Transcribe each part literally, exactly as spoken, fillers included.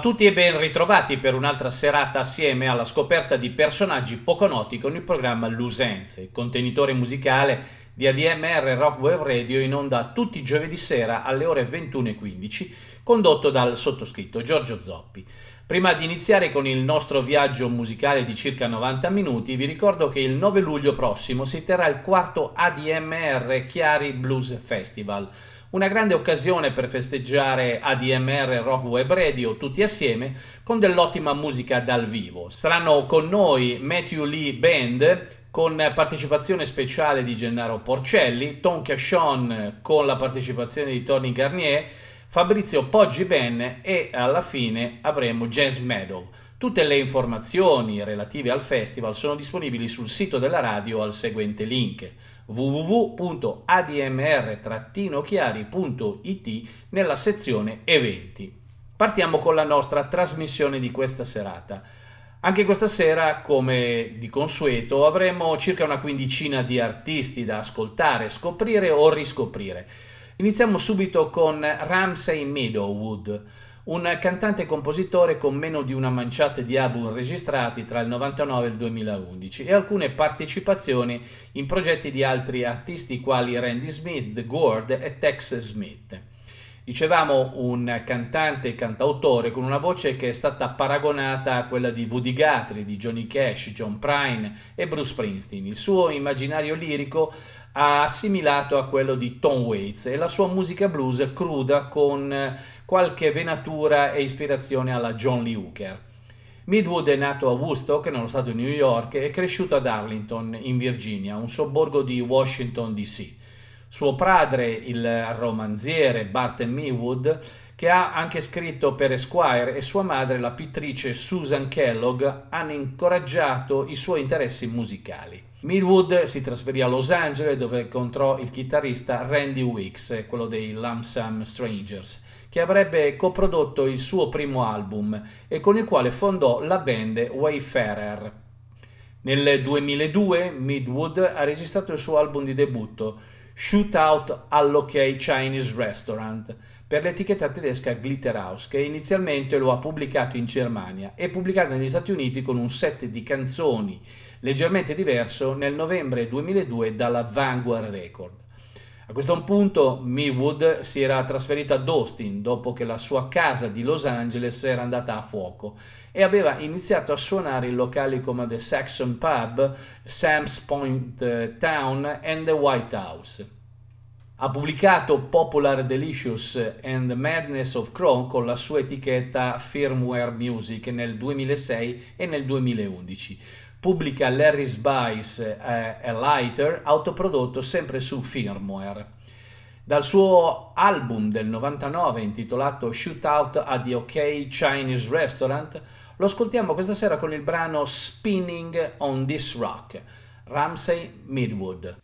tutti e ben ritrovati per un'altra serata assieme alla scoperta di personaggi poco noti con il programma Lusenze, contenitore musicale di A D M R Rock Web Radio, in onda tutti i giovedì sera alle ore ventuno e quindici, condotto dal sottoscritto Giorgio Zoppi. Prima di iniziare con il nostro viaggio musicale di circa novanta minuti, vi ricordo che il nove luglio prossimo si terrà il quarto A D M R Chiari Blues Festival, una grande occasione per festeggiare A D M R Rock Web Radio tutti assieme con dell'ottima musica dal vivo. Saranno con noi Matthew Lee Band con partecipazione speciale di Gennaro Porcelli, Tonka Sean con la partecipazione di Tony Garnier, Fabrizio Poggi Ben e alla fine avremo Jazz Meadow. Tutte le informazioni relative al festival sono disponibili sul sito della radio al seguente link: w w w punto a d m r chiari punto i t nella sezione eventi. Partiamo con la nostra trasmissione di questa serata. Anche questa sera, come di consueto, avremo circa una quindicina di artisti da ascoltare, scoprire o riscoprire. Iniziamo subito con Ramsey Meadowood, un cantante e compositore con meno di una manciata di album registrati tra il novantanove e il duemilaundici e alcune partecipazioni in progetti di altri artisti quali Randy Smith, The Gord e Tex Smith. Dicevamo un cantante e cantautore con una voce che è stata paragonata a quella di Woody Guthrie, di Johnny Cash, John Prine e Bruce Springsteen. Il suo immaginario lirico ha assimilato a quello di Tom Waits e la sua musica blues cruda con qualche venatura e ispirazione alla John Lee Hooker. Meadowood è nato a Woodstock, nello stato di New York, e è cresciuto ad Arlington, in Virginia, un sobborgo di Washington D C. Suo padre, il romanziere Barton Meadowood, che ha anche scritto per Esquire, e sua madre, la pittrice Susan Kellogg, hanno incoraggiato i suoi interessi musicali. Meadowood si trasferì a Los Angeles, dove incontrò il chitarrista Randy Weeks, quello dei Lonesome Strangers, che avrebbe coprodotto il suo primo album e con il quale fondò la band Wayfarer. Nel duemiladue Meadowood ha registrato il suo album di debutto, Shootout all'Ok Chinese Restaurant, per l'etichetta tedesca Glitterhouse, che inizialmente lo ha pubblicato in Germania e pubblicato negli Stati Uniti con un set di canzoni leggermente diverso nel novembre duemiladue dalla Vanguard Record. A questo punto Meadowood si era trasferito ad Austin dopo che la sua casa di Los Angeles era andata a fuoco e aveva iniziato a suonare in locali come The Saxon Pub, Sam's Point Town e The White House. Ha pubblicato Popular Delicious and the Madness of Chrome con la sua etichetta Firmware Music nel duemilasei e nel duemilaundici. Pubblica Larry's Bice eh, a Lighter, autoprodotto sempre su Firmware. Dal suo album del novantanove intitolato Shootout at the OK Chinese Restaurant lo ascoltiamo questa sera con il brano Spinning on This Rock, Ramsey Meadowood.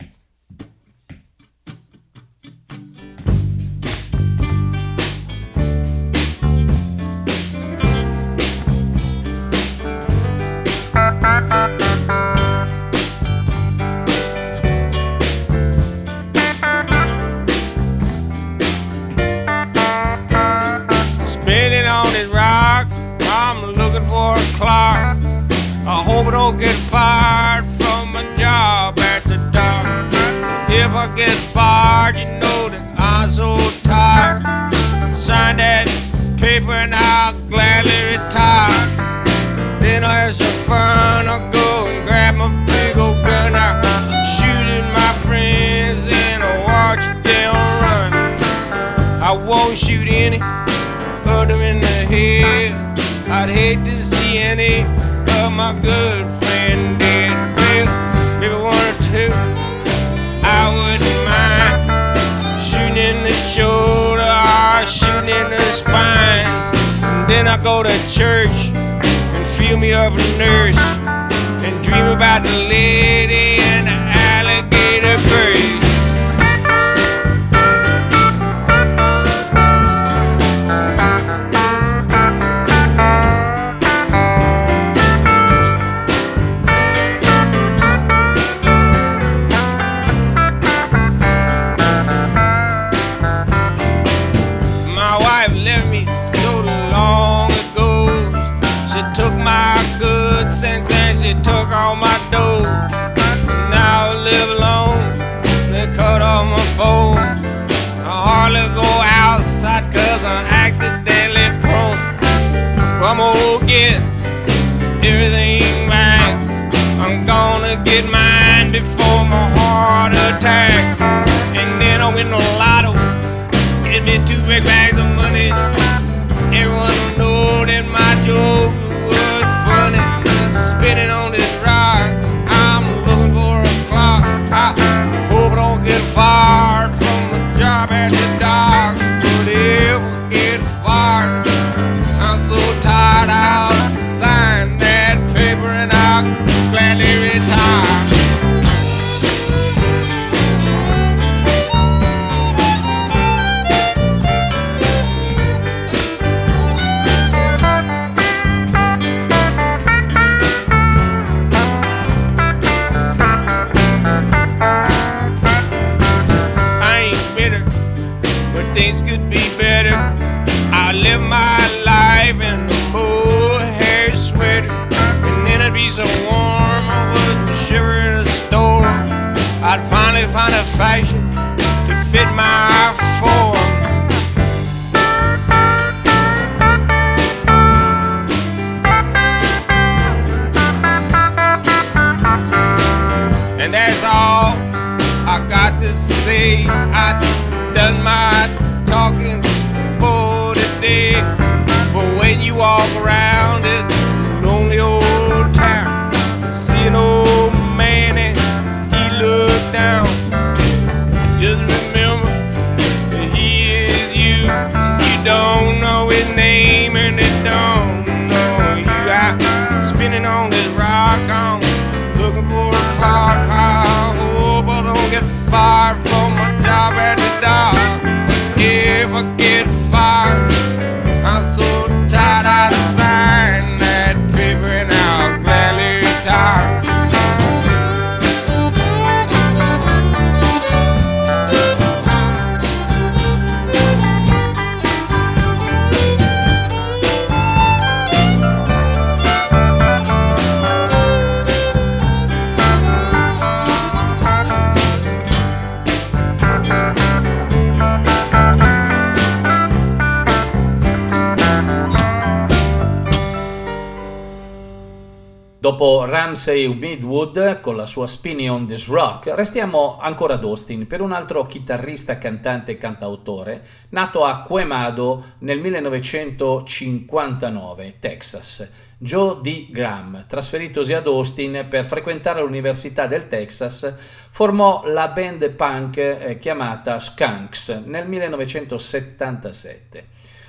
Spinning on this rock, I'm looking for a clock. I hope I don't get fired from my job at the dock. If I get fired, you know that I'm so tired. Sign that paper and I'll gladly retire. Then I'll have some fun, I'll go and grab my big old gun. I'll shoot at my friends and I'll watch them run. I won't shoot any, put them in the head. I'd hate to see any of my good friends dead. Well, maybe one or two, I wouldn't mind. Shooting in the shoulder or shooting in the spine. And then I go to church and feel me up a nurse and dream about the lady and the alligator bird. My wife left me so long ago. attack. And then I'll win the lotto, give me two big bags of money. Everyone will know that my joke was funny. Spinning on this rock, I'm looking for a clock. I hope I don't get fired from the job at the dock. But if I get fired, I'm so tired I'll sign that paper and I'll gladly retire. Things could be better. I live my life in a mohair sweater, and then it'd be so warm I wouldn't shiver in a storm. I'd finally find a fashion to fit my form. And that's all I got to say. I done my talking for today, but when you walk around this lonely old town, see an old man and he look down, just remember that he is you. You don't know his name and they don't know you. I'm spinning on this rock, I'm looking for a clock. I hope I don't get fired from my job at the dock. If I get fired, I'm so tired I'd sign that paper and I'll gladly retire. Dopo Ramsey Midwood con la sua Spinning on This Rock, restiamo ancora ad Austin per un altro chitarrista, cantante e cantautore nato a Quemado nel millenovecentocinquantanove, Texas, Joe D. Graham. Trasferitosi ad Austin per frequentare l'Università del Texas, formò la band punk eh, chiamata Skunks nel millenovecentosettantasette.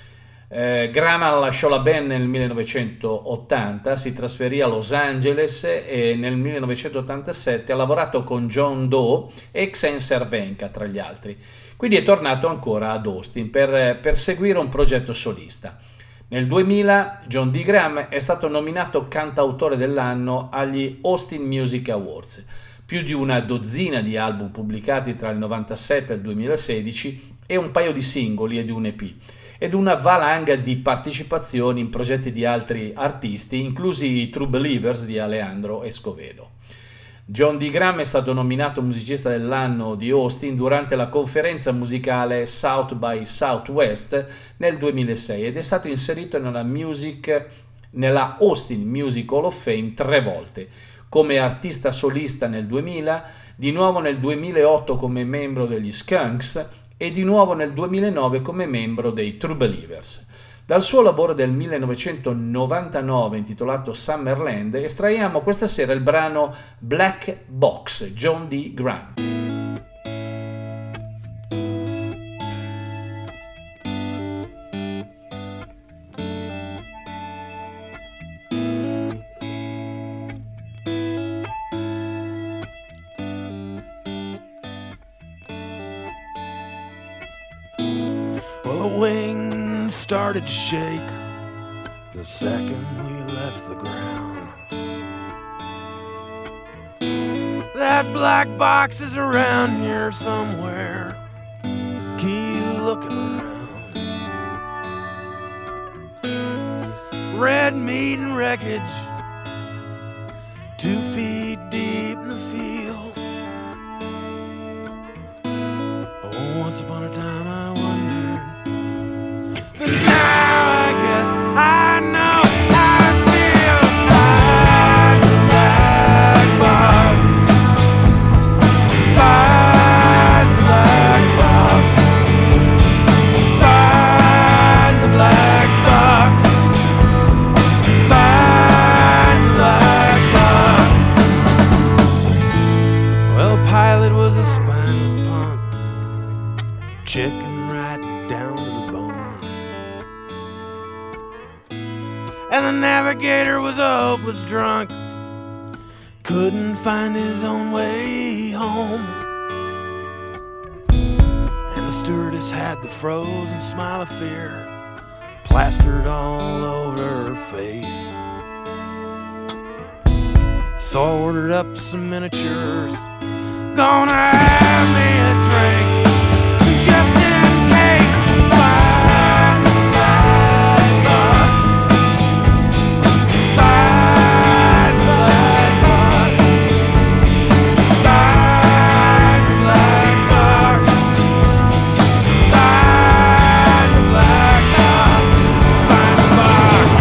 Eh, Graham lasciò la band nel millenovecentottanta, si trasferì a Los Angeles e nel millenovecentottantasette ha lavorato con John Doe e Xen Cervenka tra gli altri. Quindi è tornato ancora ad Austin per perseguire un progetto solista. Nel duemila John D. Graham è stato nominato cantautore dell'anno agli Austin Music Awards. Più di una dozzina di album pubblicati tra il novantasette e il duemilasedici e un paio di singoli e di un E P. Ed una valanga di partecipazioni in progetti di altri artisti, inclusi i True Believers di Alejandro Escovedo. John D. Graham è stato nominato musicista dell'anno di Austin durante la conferenza musicale South by Southwest nel duemilasei ed è stato inserito nella, music, nella Austin Music Hall of Fame tre volte, come artista solista nel duemila, di nuovo nel duemilaotto come membro degli Skunks e di nuovo nel duemilanove come membro dei True Believers. Dal suo lavoro del millenovecentonovantanove intitolato Summerland estraiamo questa sera il brano Black Box, John D. Graham. Started to shake the second we left the ground. That black box is around here somewhere. Keep looking around. Red meat and wreckage, two feet deep in the field. Oh, once upon a time I wondered. But now I guess I know how it feels like a black box. Fire. chicken right down to the bone. And the navigator was a hopeless drunk, couldn't find his own way home. And the stewardess had the frozen smile of fear plastered all over her face. So I ordered up some miniatures, gonna have me a drink, just in case. Find the black box, find the black box, find the black box, find the black box, find the box.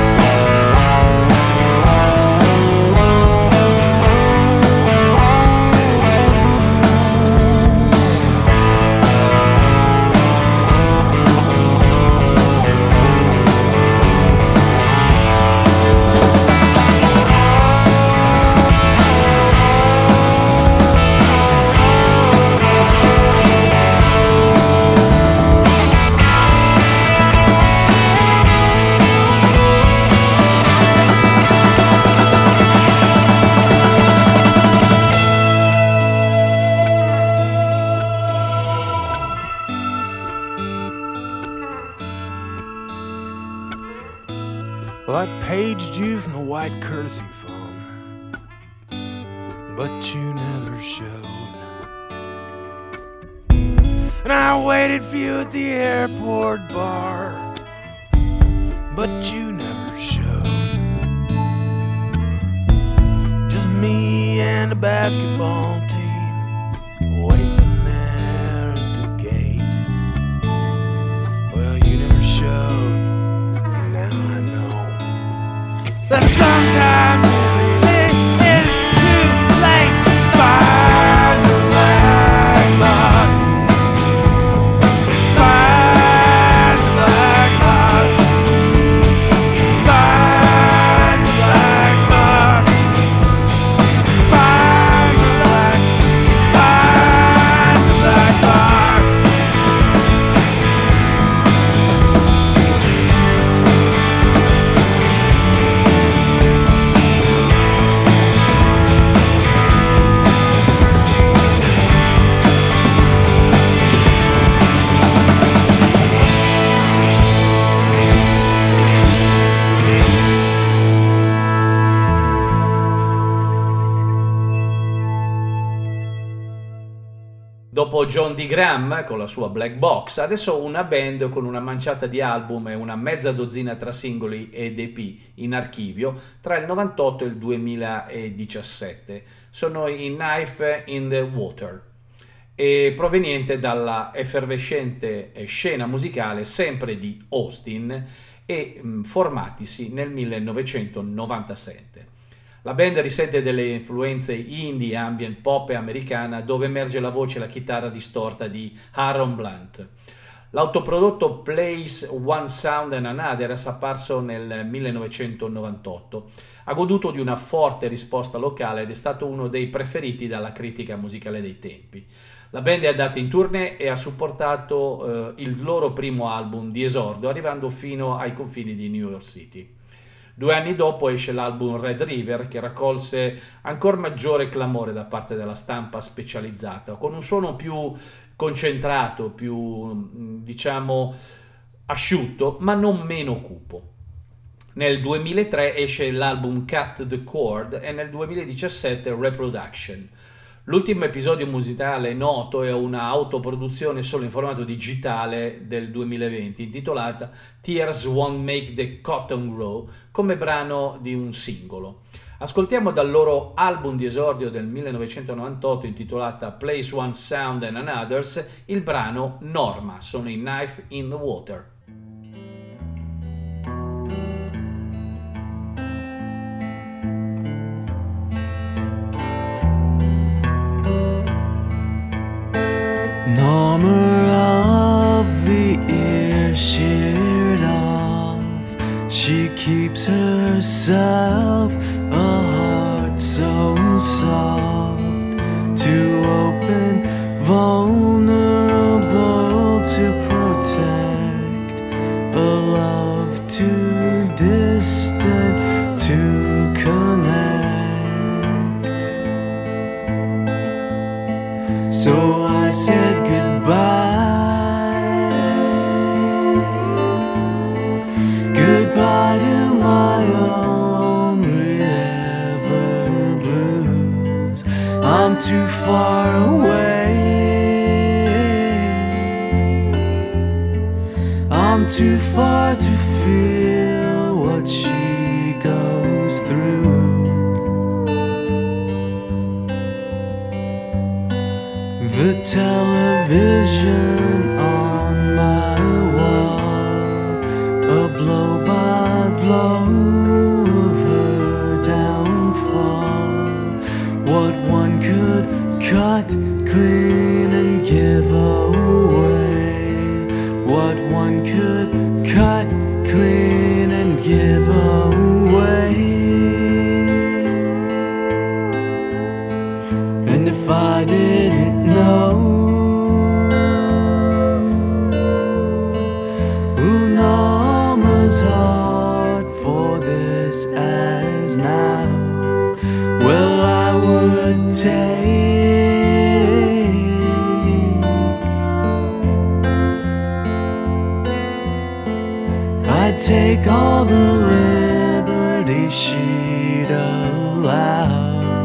Well, I paged you from the white courtesy phone, but you never showed. And I waited for you at the airport bar, but you never showed. Just me and a basketball team waiting there at the gate. Well, you never showed, and now I know that sometimes it really is too late. Find the black box, find the black box, find the black box, find the black, find the black box. Dopo John D. Graham con la sua Black Box, adesso una band con una manciata di album e una mezza dozzina tra singoli ed E P in archivio tra il novantotto e il duemiladiciassette. Sono i Knife in the Water, e proveniente dalla effervescente scena musicale sempre di Austin e mh, formatisi nel millenovecentonovantasette. La band risente delle influenze indie, ambient, pop e americana, dove emerge la voce e la chitarra distorta di Aaron Blunt. L'autoprodotto Plays One Sound and Another, apparso nel millenovecentonovantotto, ha goduto di una forte risposta locale ed è stato uno dei preferiti dalla critica musicale dei tempi. La band è andata in tournée e ha supportato eh, il loro primo album di esordio, arrivando fino ai confini di New York City. Due anni dopo esce l'album Red River, che raccolse ancora maggiore clamore da parte della stampa specializzata, con un suono più concentrato, più diciamo asciutto, ma non meno cupo. Nel duemilatré esce l'album Cut the Cord e nel duemiladiciassette Reproduction. L'ultimo episodio musicale noto è una autoproduzione solo in formato digitale del duemilaventi intitolata Tears Won't Make the Cotton Grow, come brano di un singolo. Ascoltiamo dal loro album di esordio del millenovecentonovantotto intitolata Place One Sound and Another's il brano Norma, sono i Knife in the Water. Norma of the ear sheared off, she keeps herself a heart so soft to open vulnerable So I said goodbye, goodbye to my only ever blues. I'm too far away, I'm too far to feel what she goes through. The television on my wall, a blow by blow of her downfall. What one could cut clean and give away, what one could cut clean and give away. And if I didn't know who Norma's heart for this as now, well, I would take, I'd take all the liberty she'd allow.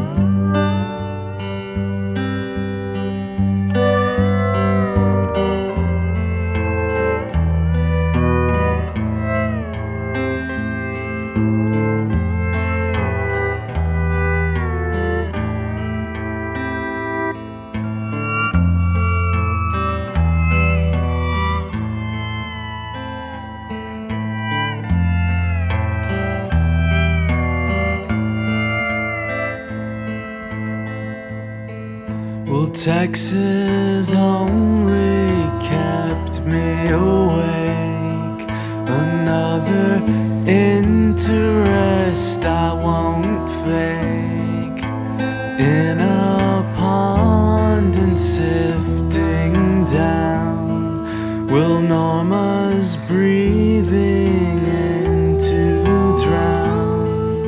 Texas only kept me awake. Another interest I won't fake. In a pond and sifting down, will Norma's breathing in to drown?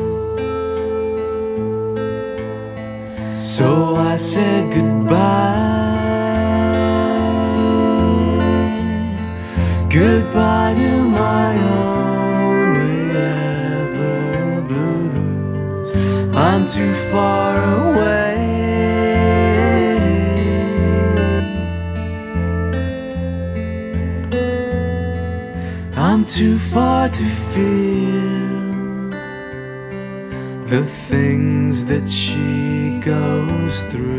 So I said goodbye, goodbye to my only ever blues. I'm too far away, I'm too far to feel the things that she goes through.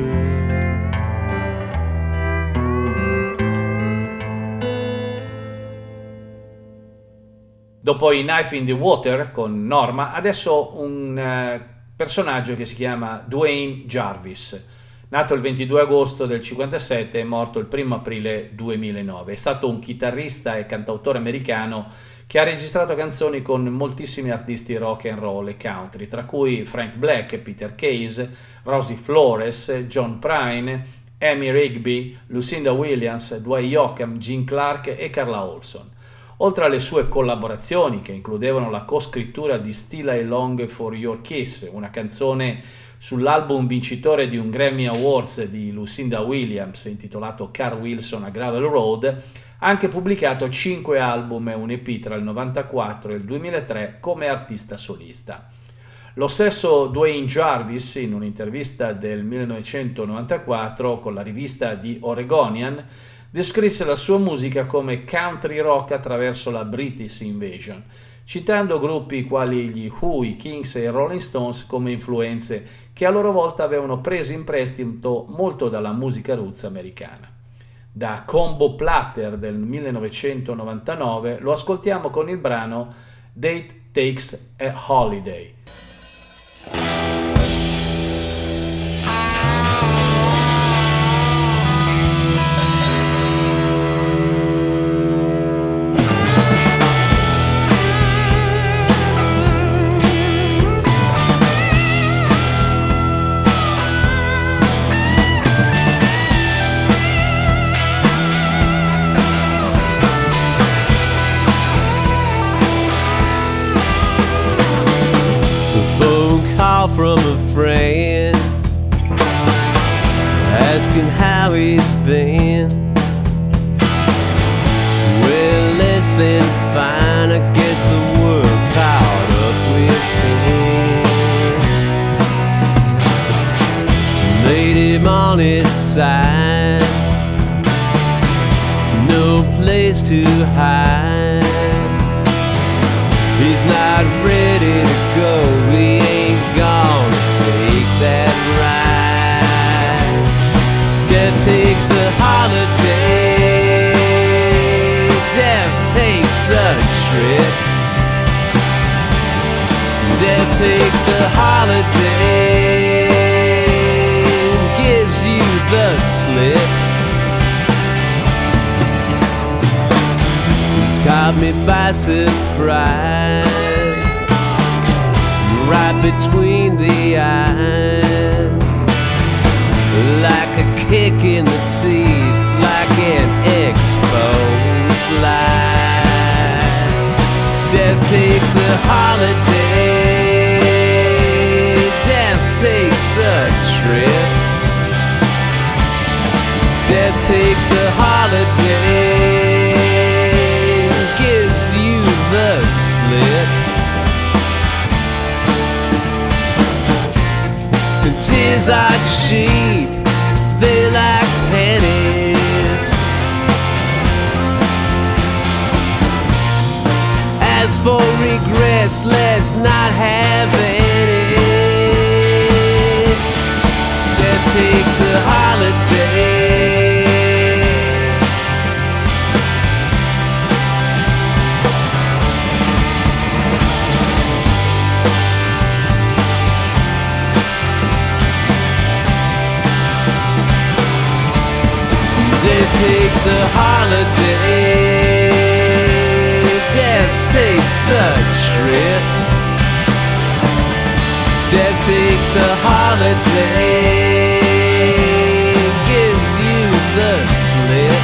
Dopo i Knife in the Water con Norma, adesso un uh, personaggio che si chiama Duane Jarvis. Nato il ventidue agosto del cinquantasette e morto il primo aprile duemilanove. È stato un chitarrista e cantautore americano che ha registrato canzoni con moltissimi artisti rock and roll e country, tra cui Frank Black, Peter Case, Rosie Flores, John Prine, Amy Rigby, Lucinda Williams, Dwight Yoakam, Gene Clark e Carla Olson. Oltre alle sue collaborazioni, che includevano la coscrittura di Still I Long for Your Kiss, una canzone sull'album vincitore di un Grammy Awards di Lucinda Williams intitolato Carl Wilson a Gravel Road, ha anche pubblicato cinque album e un E P tra il novantaquattro e il duemilatré come artista solista. Lo stesso Duane Jarvis, in un'intervista del millenovecentonovantaquattro con la rivista The Oregonian, descrisse la sua musica come country rock attraverso la British Invasion, citando gruppi quali gli Who, i Kings e i Rolling Stones come influenze che a loro volta avevano preso in prestito molto dalla musica roots americana. Da Combo Platter del millenovecentonovantanove lo ascoltiamo con il brano Date Takes a Holiday. From asking how he's been. Well, less than fine, I guess the world caught up with him. Laid him on his side, no place to hide. He's not ready to go, he ain't gonna take that ride. Death takes a holiday, death takes a trip. Death takes a holiday, gives you the slip. He's caught me by surprise, right between the eyes, like a kick in the teeth, like an exposed lie. Death takes a holiday, death takes a trip. Death takes a holiday, gives you the slip. And tears are cheap, they like pennies. As for regrets, let's not have any. Death takes a holiday. Death takes a holiday, death takes a trip. Death takes a holiday, gives you the slip.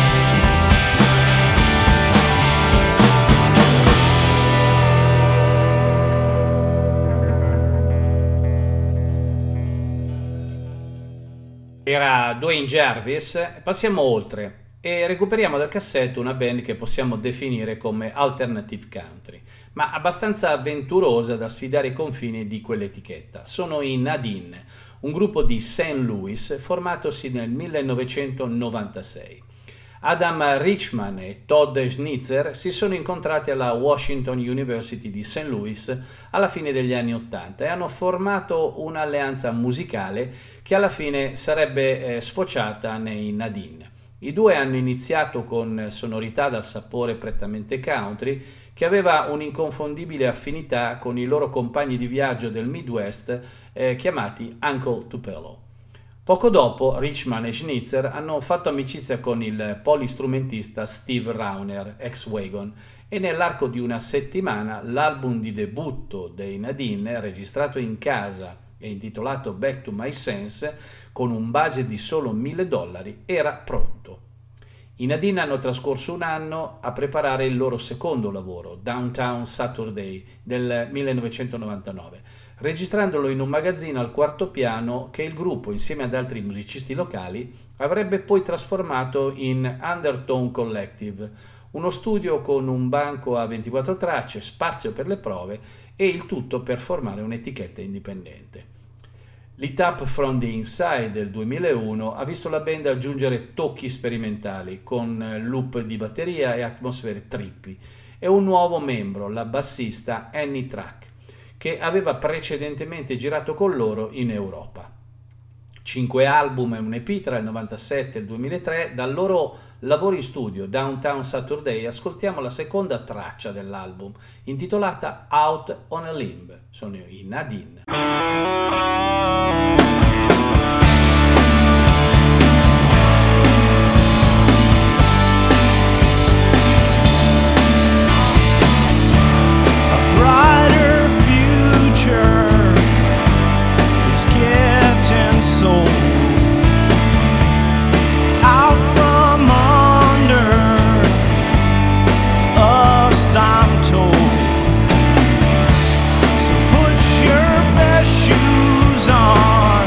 Era Duane Jarvis. Passiamo oltre e recuperiamo dal cassetto una band che possiamo definire come alternative country, ma abbastanza avventurosa da sfidare i confini di quell'etichetta. Sono i Nadine, un gruppo di Saint Louis formatosi nel millenovecentonovantasei. Adam Richman e Todd Schnitzer si sono incontrati alla Washington University di Saint Louis alla fine degli anni Ottanta e hanno formato un'alleanza musicale che alla fine sarebbe eh, sfociata nei Nadine. I due hanno iniziato con sonorità dal sapore prettamente country, che aveva un'inconfondibile affinità con i loro compagni di viaggio del Midwest eh, chiamati Uncle Tupelo. Poco dopo Richman e Schnitzer hanno fatto amicizia con il polistrumentista Steve Rauner, ex Wagon, e nell'arco di una settimana l'album di debutto dei Nadine, registrato in casa e intitolato Back to My Sense, con un budget di solo mille dollari, era pronto. I Nadine hanno trascorso un anno a preparare il loro secondo lavoro, Downtown Saturday, del millenovecentonovantanove, registrandolo in un magazzino al quarto piano che il gruppo, insieme ad altri musicisti locali, avrebbe poi trasformato in Undertone Collective, uno studio con un banco a ventiquattro tracce, spazio per le prove e il tutto per formare un'etichetta indipendente. Lit Up From The Inside del duemilauno ha visto la band aggiungere tocchi sperimentali con loop di batteria e atmosfere trippy e un nuovo membro, la bassista Annie Track, che aveva precedentemente girato con loro in Europa. Cinque album e un E P tra il novantasette e il duemilatré. Dal loro lavoro in studio Downtown Saturday ascoltiamo la seconda traccia dell'album, intitolata Out on a Limb. Sono i Nadine. On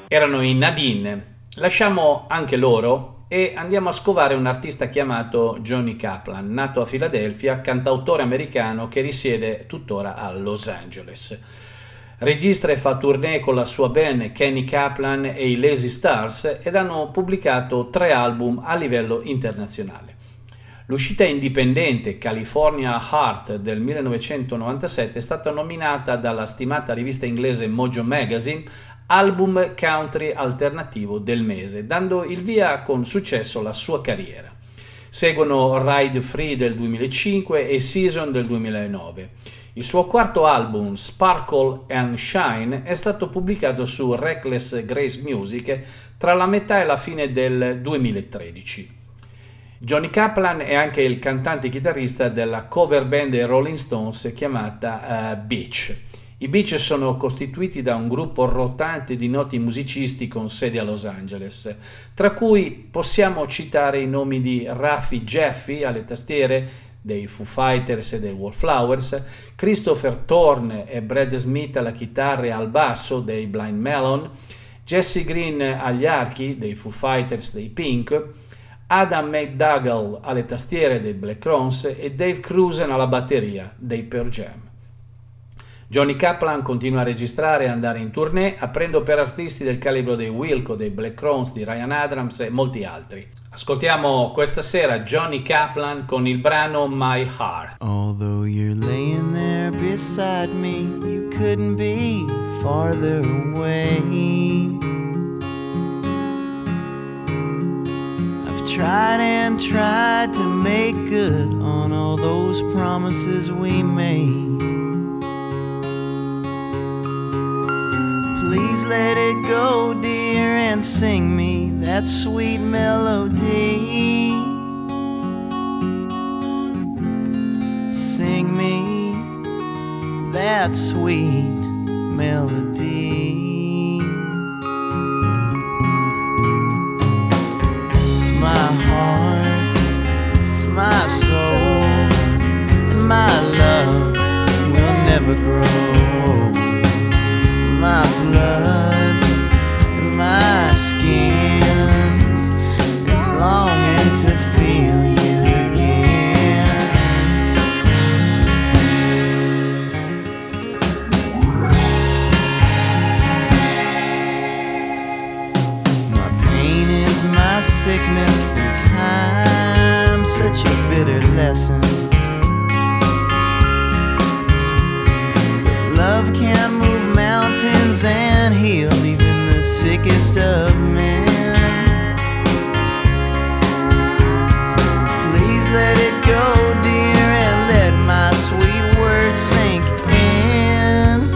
Erano i Nadine. Lasciamo anche loro e andiamo a scovare un artista chiamato Johnny Kaplan, nato a Filadelfia, cantautore americano che risiede tuttora a Los Angeles. Registra e fa tournée con la sua band Kenny Kaplan e i Lazy Stars ed hanno pubblicato tre album a livello internazionale. L'uscita indipendente California Heart del millenovecentonovantasette è stata nominata dalla stimata rivista inglese Mojo Magazine album country alternativo del mese, dando il via con successo alla sua carriera. Seguono Ride Free del duemilacinque e Season del duemilanove. Il suo quarto album, Sparkle and Shine, è stato pubblicato su Reckless Grace Music tra la metà e la fine del duemilatredici. Johnny Kaplan è anche il cantante e chitarrista della cover band dei Rolling Stones chiamata uh, Beach. I Beach sono costituiti da un gruppo rotante di noti musicisti con sede a Los Angeles, tra cui possiamo citare i nomi di Raffi Jeffy alle tastiere dei Foo Fighters e dei Wallflowers, Christopher Thorne e Brad Smith alla chitarra e al basso dei Blind Melon, Jesse Green agli archi dei Foo Fighters dei Pink, Adam McDougall alle tastiere dei Black Crowes e Dave Cruzen alla batteria dei Pearl Jam. Johnny Kaplan continua a registrare e andare in tournée, aprendo per artisti del calibro dei Wilco, dei Black Crowes, di Ryan Adams e molti altri. Ascoltiamo questa sera Johnny Kaplan con il brano My Heart. Although you're laying there beside me, you couldn't be farther away. I've tried and tried to make good on all those promises we made. Please let it go, dear, and sing me that sweet melody. Sing me that sweet melody. It's my heart, it's my soul, and my love will never grow. My blood and my skin is longing to feel you again. My pain is my sickness, and time such a bitter lesson. Love can move mountains and heal even the sickest of men. Please let it go, dear, and let my sweet words sink in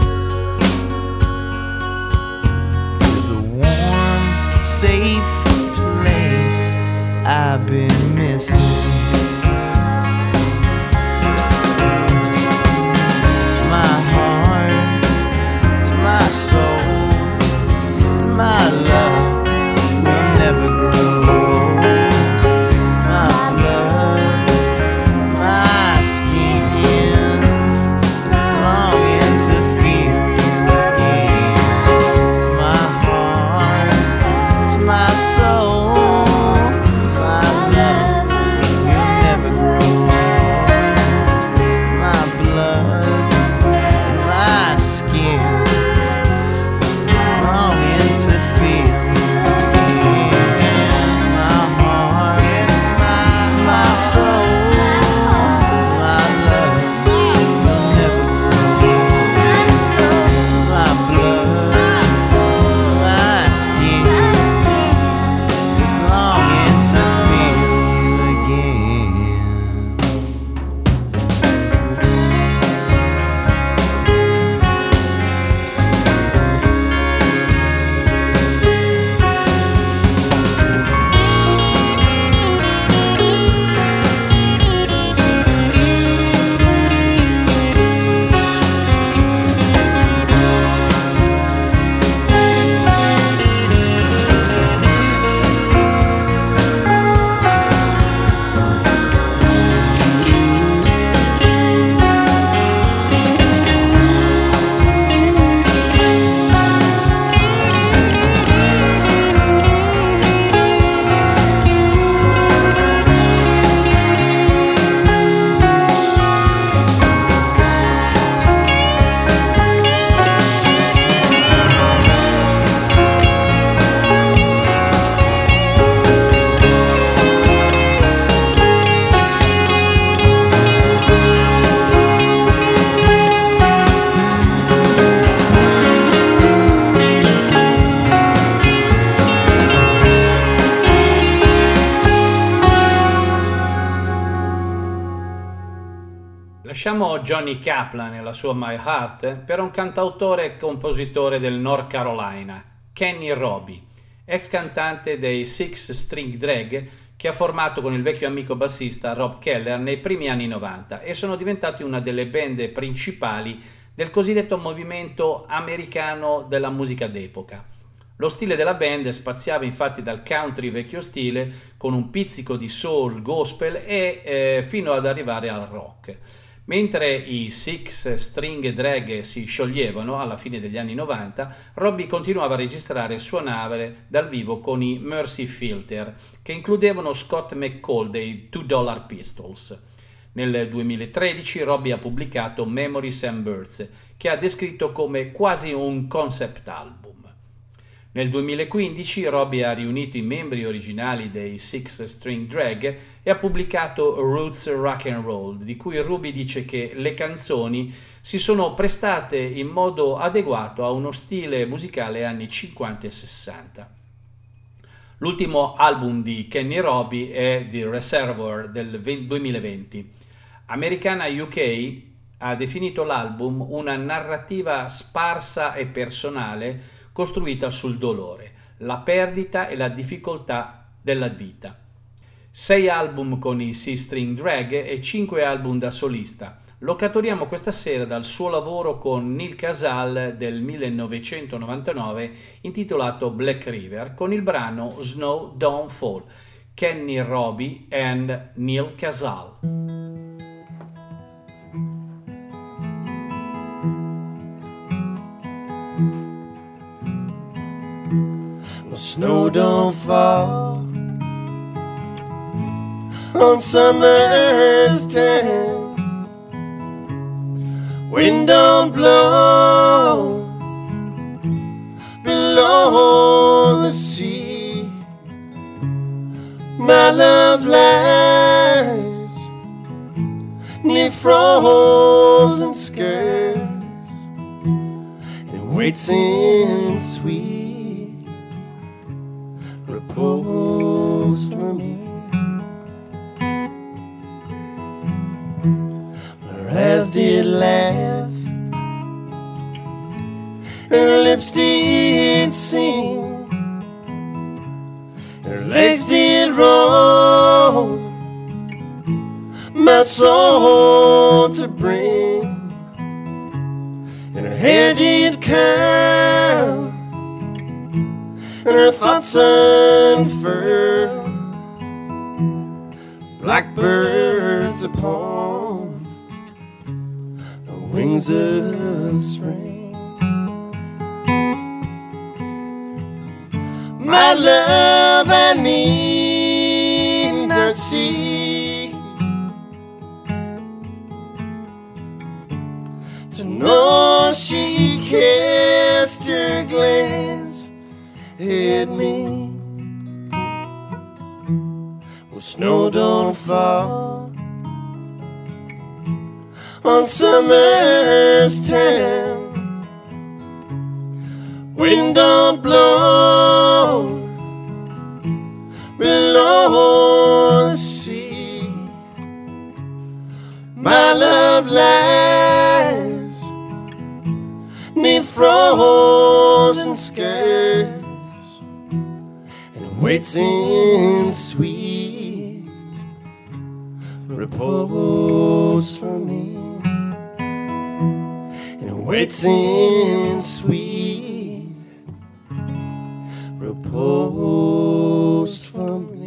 to the warm, safe place I've been missing. My soul, my love will never grow. My blood, my skin is longing to feel you again. It's my heart, it's my soul, my love will Lasciamo Johnny Kaplan e la sua My Heart per un cantautore e compositore del North Carolina, Kenny Robby, ex cantante dei Six String Drag, che ha formato con il vecchio amico bassista Rob Keller nei primi anni novanta e sono diventati una delle band principali del cosiddetto movimento americano della musica d'epoca. Lo stile della band spaziava infatti dal country vecchio stile con un pizzico di soul, gospel e eh, fino ad arrivare al rock. Mentre i Six String Drag si scioglievano alla fine degli anni novanta, Robby continuava a registrare e suonare dal vivo con i Mercy Filter, che includevano Scott McCall dei Two Dollar Pistols. Nel duemilatredici Robby ha pubblicato Memories and Birds, che ha descritto come quasi un concept album. Nel duemilaquindici Robby ha riunito i membri originali dei Six String Drag e ha pubblicato Roots Rock and Roll, di cui Robby dice che le canzoni si sono prestate in modo adeguato a uno stile musicale anni cinquanta e sessanta. L'ultimo album di Kenny Robby è The Reservoir del duemilaventi. Americana U K ha definito l'album una narrativa sparsa e personale costruita sul dolore, la perdita e la difficoltà della vita. Sei album con i Six String Drag e cinque album da solista. Lo caturiamo questa sera dal suo lavoro con Neal Casal del millenovecentonovantanove intitolato Black River con il brano Snow Don't Fall, Kenny Robby and Neal Casal. Snow don't fall on summer's tan, wind don't blow below the sea. My love lies near frozen skies and waits in sweet repose for me. Her eyes did laugh, her lips did sing, her legs did roll, my soul to bring, and her hair did curl, and her thoughts unfurl, blackbirds upon the wings of spring. My love, I need not see to know she kissed her glance at me. Well, snow don't fall on summer's town, wind don't blow below the sea. My love lies neath frozen skies and waits in sweet repose for me, and waits in sweet repose for me.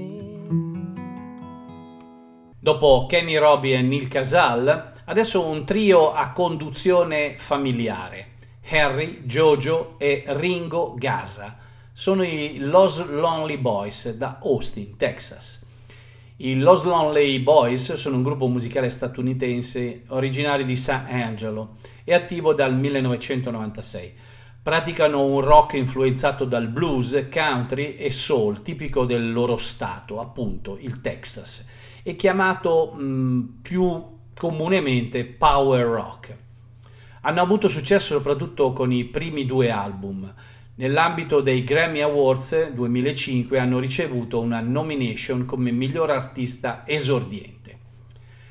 Dopo Kenny Robby e Neal Casal, adesso un trio a conduzione familiare: Harry, Jojo e Ringo Gaza. Sono i Los Lonely Boys da Austin, Texas. I Los Lonely Boys sono un gruppo musicale statunitense originario di San Angelo e attivo dal millenovecentonovantasei. Praticano un rock influenzato dal blues, country e soul, tipico del loro stato, appunto il Texas, e chiamato mh, più comunemente power rock. Hanno avuto successo soprattutto con i primi due album. Nell'ambito dei Grammy Awards duemilacinque hanno ricevuto una nomination come miglior artista esordiente.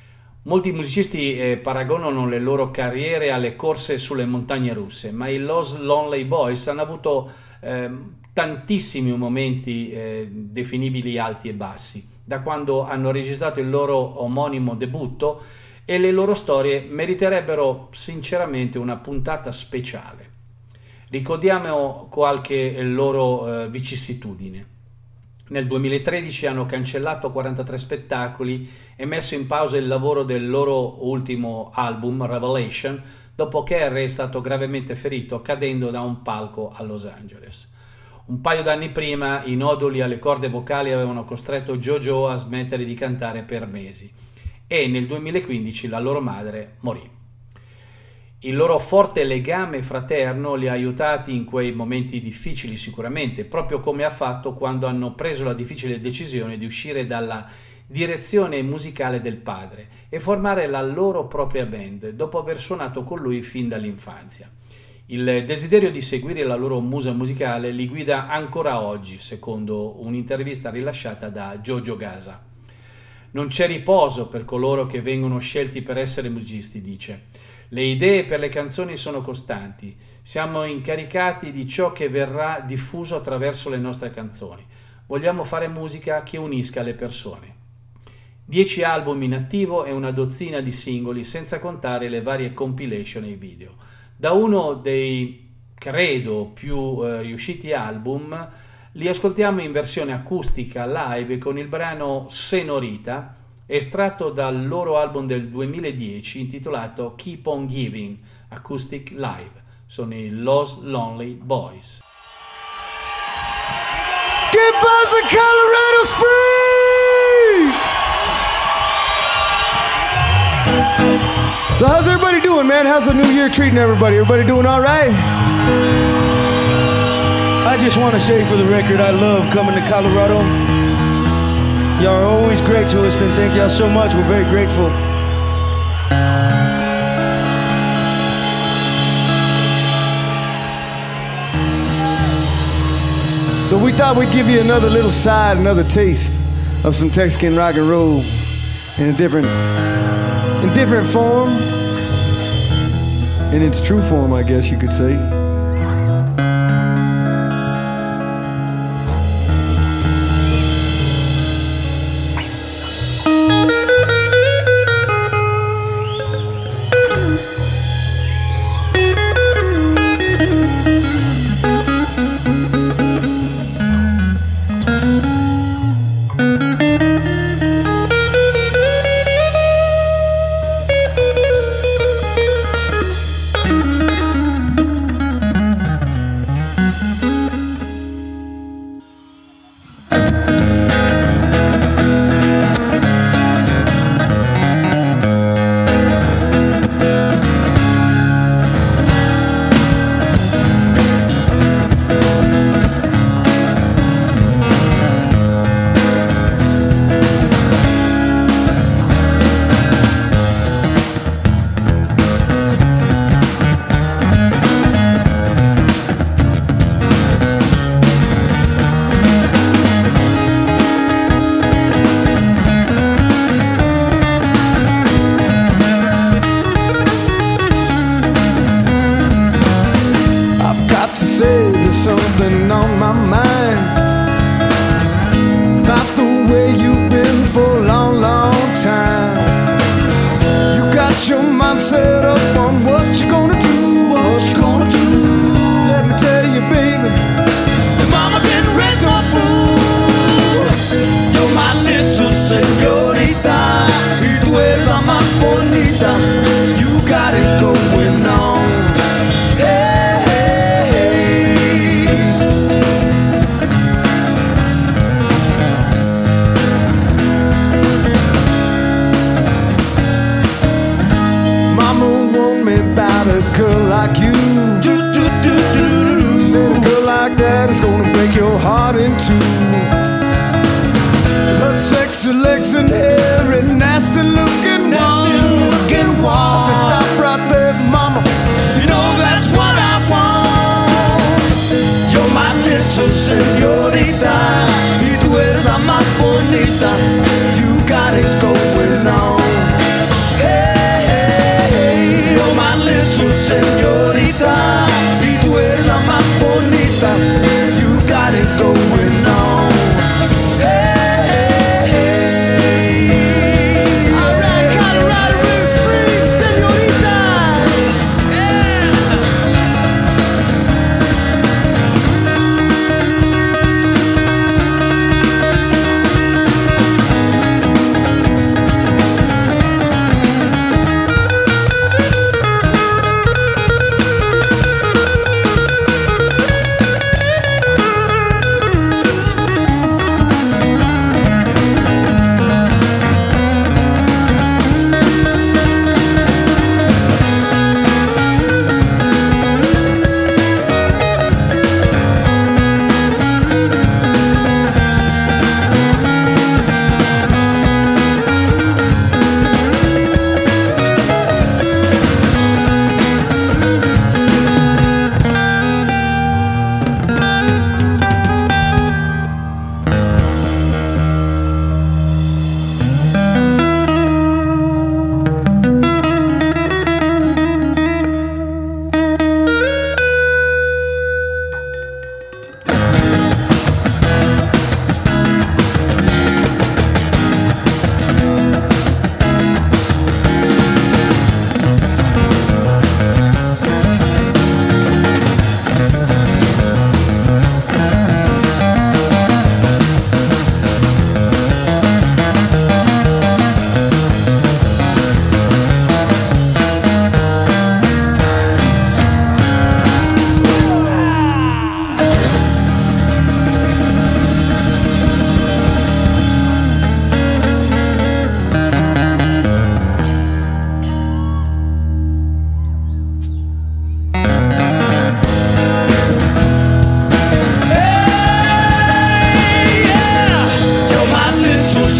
Molti musicisti eh, paragonano le loro carriere alle corse sulle montagne russe, ma i Los Lonely Boys hanno avuto eh, tantissimi momenti eh, definibili alti e bassi, da quando hanno registrato il loro omonimo debutto, e le loro storie meriterebbero sinceramente una puntata speciale. Ricordiamo qualche loro eh, vicissitudine. Nel duemilatredici hanno cancellato quarantatré spettacoli e messo in pausa il lavoro del loro ultimo album, Revelation, dopo che Harry è stato gravemente ferito cadendo da un palco a Los Angeles. Un paio d'anni prima i noduli alle corde vocali avevano costretto JoJo a smettere di cantare per mesi e nel duemilaquindici la loro madre morì. Il loro forte legame fraterno li ha aiutati in quei momenti difficili sicuramente, proprio come ha fatto quando hanno preso la difficile decisione di uscire dalla direzione musicale del padre e formare la loro propria band dopo aver suonato con lui fin dall'infanzia. Il desiderio di seguire la loro musa musicale li guida ancora oggi, secondo un'intervista rilasciata da Jojo Gaza. Non c'è riposo per coloro che vengono scelti per essere musicisti, dice. Le idee per le canzoni sono costanti, siamo incaricati di ciò che verrà diffuso attraverso le nostre canzoni. Vogliamo fare musica che unisca le persone. Dieci album in attivo e una dozzina di singoli, senza contare le varie compilation e i video. Da uno dei, credo, più eh, riusciti album, li ascoltiamo in versione acustica live con il brano Senorita, estratto dal loro album del duemiladieci intitolato Keep on Giving, Acoustic Live. Sono i Los Lonely Boys. Goodbye to Colorado Springs! So how's everybody doing, man? How's the new year treating everybody? Everybody doing all right? I just want to say for the record, I love coming to Colorado. Y'all are always great to us, and thank y'all so much. We're very grateful. So we thought we'd give you another little side, another taste of some Texican rock and roll in a different, in different form, in its true form, I guess you could say. Something on my mind about the way you've been for a long, long time. You got your mind set up on what you're gonna do, what you're gonna do. Let me tell you, baby, your mama didn't raise no fool. You're my little señorita, y tú eres la más bonita. You got it going on. A girl like you, she said a girl like that is gonna break your heart in two. Her sexy legs and hair and nasty looking, nasty looking wall. I said stop right there, mama, you know that's what I want. You're my little señorita, y tú eres la más bonita. You got it going on.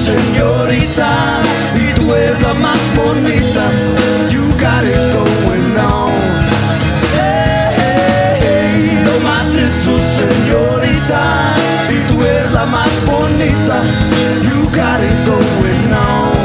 señorita, y tú eres la más bonita. You got it going on. Hey, hey, hey, you're my little señorita, y tú eres la más bonita. You got it going on.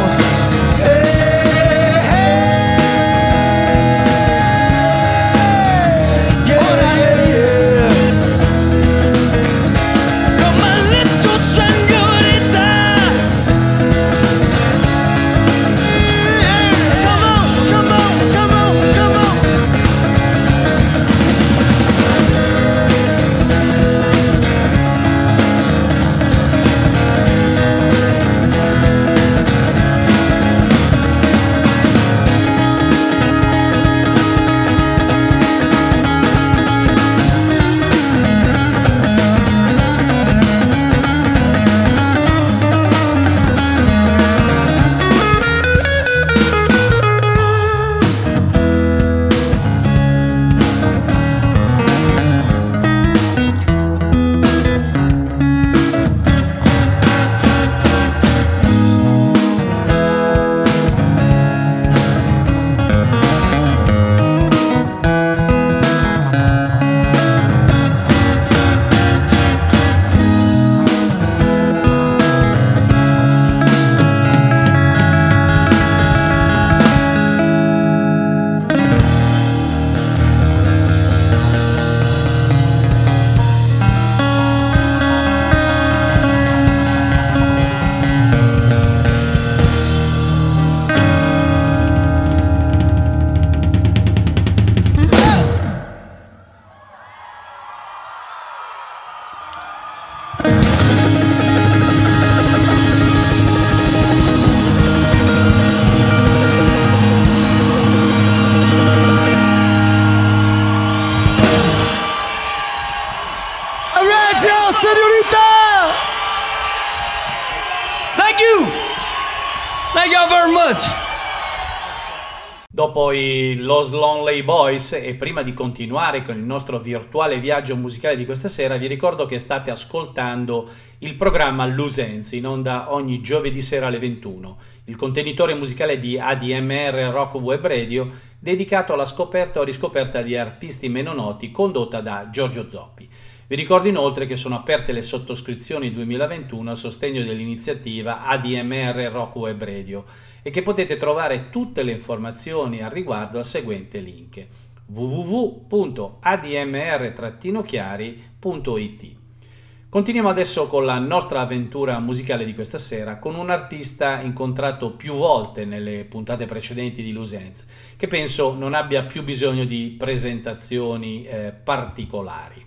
Dopo i Los Lonely Boys, e prima di continuare con il nostro virtuale viaggio musicale di questa sera, vi ricordo che state ascoltando il programma Lusenze, in onda ogni giovedì sera alle ventuno, il contenitore musicale di A D M R Rock Web Radio, dedicato alla scoperta o riscoperta di artisti meno noti, condotta da Giorgio Zoppi. Vi ricordo inoltre che sono aperte le sottoscrizioni duemilaventuno a sostegno dell'iniziativa A D M R Rock Web Radio e che potete trovare tutte le informazioni al riguardo al seguente link: w w w punto a d m r chiari punto i t. Continuiamo adesso con la nostra avventura musicale di questa sera con un artista incontrato più volte nelle puntate precedenti di Lusenze, che penso non abbia più bisogno di presentazioni eh, particolari.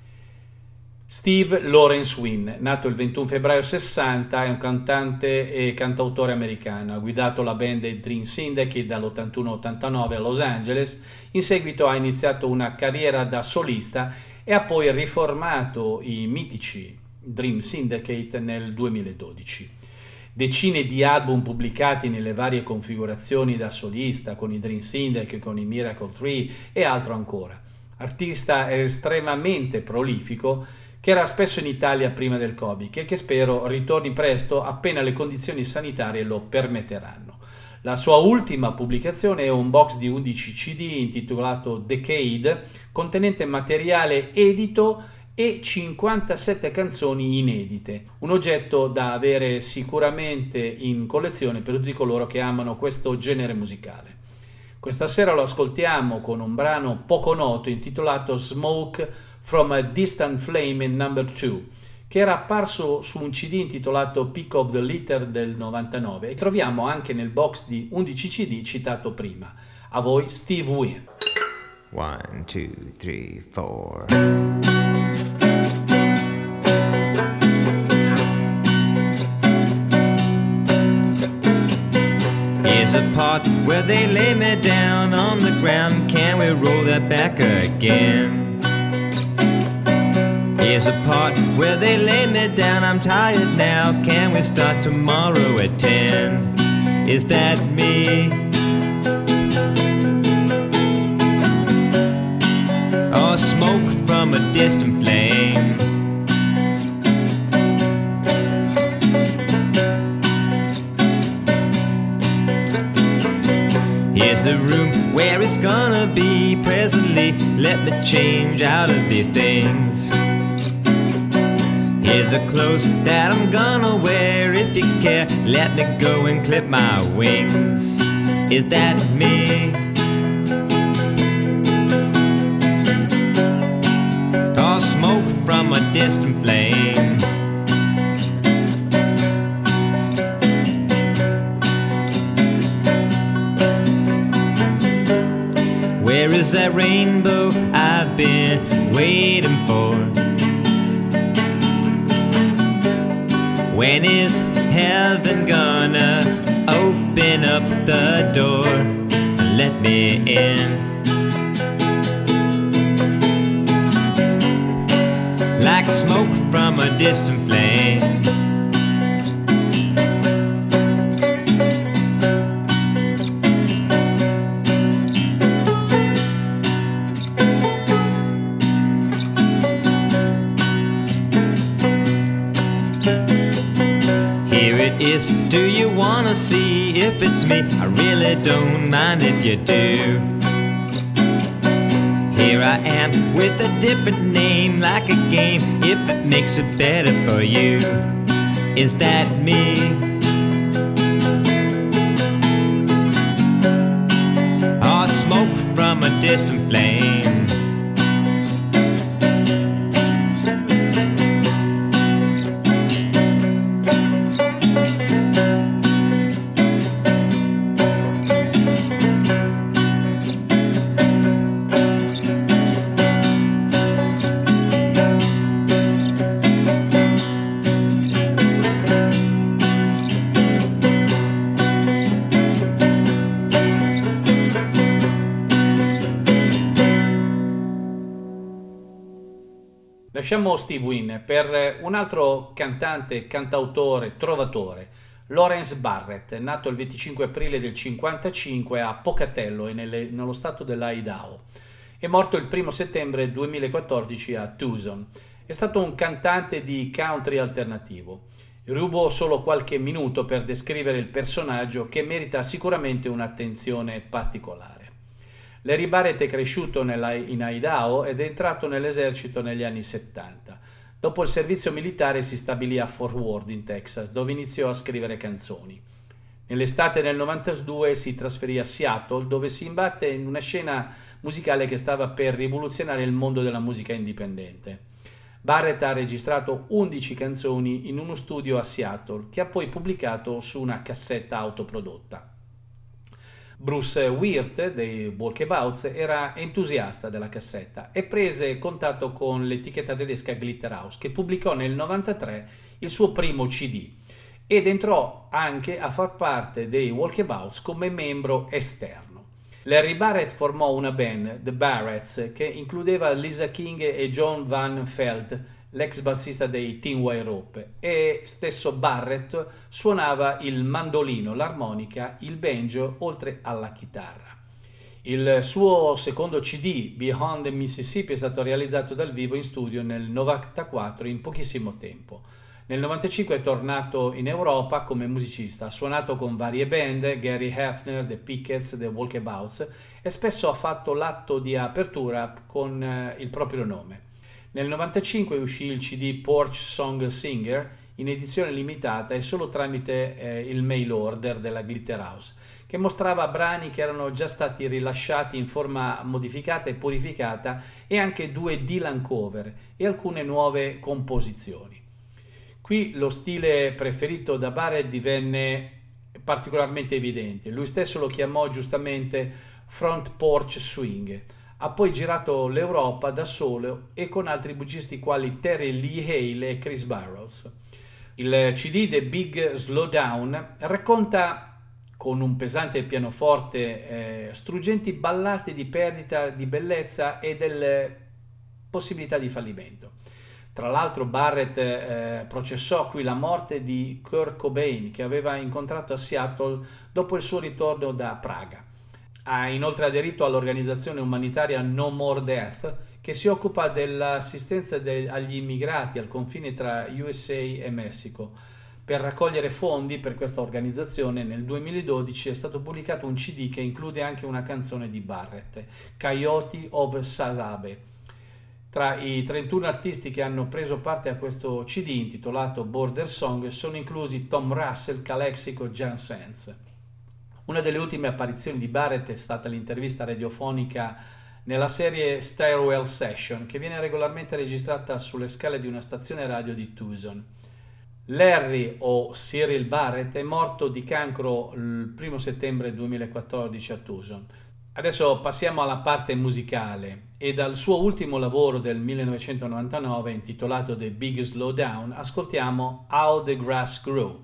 Steve Lawrence Wynn, nato il ventuno febbraio sessanta, è un cantante e cantautore americano. Ha guidato la band Dream Syndicate dall'ottantuno ottantanove a Los Angeles. In seguito ha iniziato una carriera da solista e ha poi riformato i mitici Dream Syndicate nel duemiladodici. Decine di album pubblicati nelle varie configurazioni da solista, con i Dream Syndicate, con i Miracle Tree e altro ancora. Artista estremamente prolifico, che era spesso in Italia prima del Covid e che spero ritorni presto appena le condizioni sanitarie lo permetteranno. La sua ultima pubblicazione è un box di undici C D intitolato Decade, contenente materiale edito e cinquantasette canzoni inedite, un oggetto da avere sicuramente in collezione per tutti coloro che amano questo genere musicale. Questa sera lo ascoltiamo con un brano poco noto intitolato Smoke from a Distant Flame in Number two, che era apparso su un C D intitolato Pick of the Litter del novantanove e troviamo anche nel box di undici C D citato prima. A voi Steve Wynn. One, two, three, four. Here's a part where they lay me down on the ground. Can we roll that back again? Here's a part where they lay me down. I'm tired now. Can we start tomorrow at ten? Is that me? Or smoke from a distant flame? the room where it's gonna be presently. Let me change out of these things. Here's the clothes that I'm gonna wear. If you care, let me go and clip my wings. Is that me? Or smoke from a distant flame? Where is that rainbow I've been waiting for? When is heaven gonna open up the door and let me in? Like smoke from a distant flame. Is, do you wanna see if it's me? I really don't mind if you do. Here I am with a different name, like a game, if it makes it better for you. Is that me? Or smoke from a distant flame? Lasciamo Steve Wynn per un altro cantante, cantautore, trovatore, Lawrence Barrett, nato il venticinque aprile del cinquantacinque a Pocatello e nelle, nello stato dell'Idaho. È morto il primo settembre duemilaquattordici a Tucson. È stato un cantante di country alternativo. Rubo solo qualche minuto per descrivere il personaggio, che merita sicuramente un'attenzione particolare. Larry Barrett è cresciuto nella, in Idaho ed è entrato nell'esercito negli anni settanta. Dopo il servizio militare si stabilì a Fort Worth in Texas, dove iniziò a scrivere canzoni. Nell'estate del novantadue si trasferì a Seattle, dove si imbatte in una scena musicale che stava per rivoluzionare il mondo della musica indipendente. Barrett ha registrato undici canzoni in uno studio a Seattle, che ha poi pubblicato su una cassetta autoprodotta. Bruce Wirth dei Walkabouts era entusiasta della cassetta e prese contatto con l'etichetta tedesca Glitterhouse, che pubblicò nel novantatré il suo primo C D ed entrò anche a far parte dei Walkabouts come membro esterno. Larry Barrett formò una band, The Barretts, che includeva Lisa King e John Van Felt, l'ex bassista dei Tin White Rope, e stesso Barrett suonava il mandolino, l'armonica, il banjo, oltre alla chitarra. Il suo secondo C D, Beyond the Mississippi, è stato realizzato dal vivo in studio nel novantaquattro in pochissimo tempo. Nel novantacinque è tornato in Europa come musicista, ha suonato con varie band, Gary Hefner, The Pickets, The Walkabouts, e spesso ha fatto l'atto di apertura con eh, il proprio nome. Nel novantacinque uscì il C D Porch Song Singer in edizione limitata e solo tramite eh, il mail order della Glitterhouse, che mostrava brani che erano già stati rilasciati in forma modificata e purificata, e anche due Dylan cover e alcune nuove composizioni. Qui lo stile preferito da Barrett divenne particolarmente evidente. Lui stesso lo chiamò giustamente front porch swing. Ha poi girato l'Europa da solo e con altri musicisti quali Terry Lee Hale e Chris Barrows. Il C D The Big Slowdown racconta con un pesante pianoforte eh, struggenti ballate di perdita di bellezza e delle possibilità di fallimento. Tra l'altro Barrett eh, processò qui la morte di Kurt Cobain, che aveva incontrato a Seattle dopo il suo ritorno da Praga. Ha inoltre aderito all'organizzazione umanitaria No More Death, che si occupa dell'assistenza de- agli immigrati al confine tra U S A e Messico. Per raccogliere fondi per questa organizzazione nel duemiladodici è stato pubblicato un C D che include anche una canzone di Barrett, Coyote of Sazabe. Tra i trentuno artisti che hanno preso parte a questo C D intitolato Border Song sono inclusi Tom Russell, Calexico e Jan Sands. Una delle ultime apparizioni di Barrett è stata l'intervista radiofonica nella serie Stairwell Session, che viene regolarmente registrata sulle scale di una stazione radio di Tucson. Larry o Cyril Barrett è morto di cancro il primo settembre duemilaquattordici a Tucson. Adesso passiamo alla parte musicale e dal suo ultimo lavoro del millenovecentonovantanove intitolato The Big Slowdown ascoltiamo How the Grass Grew.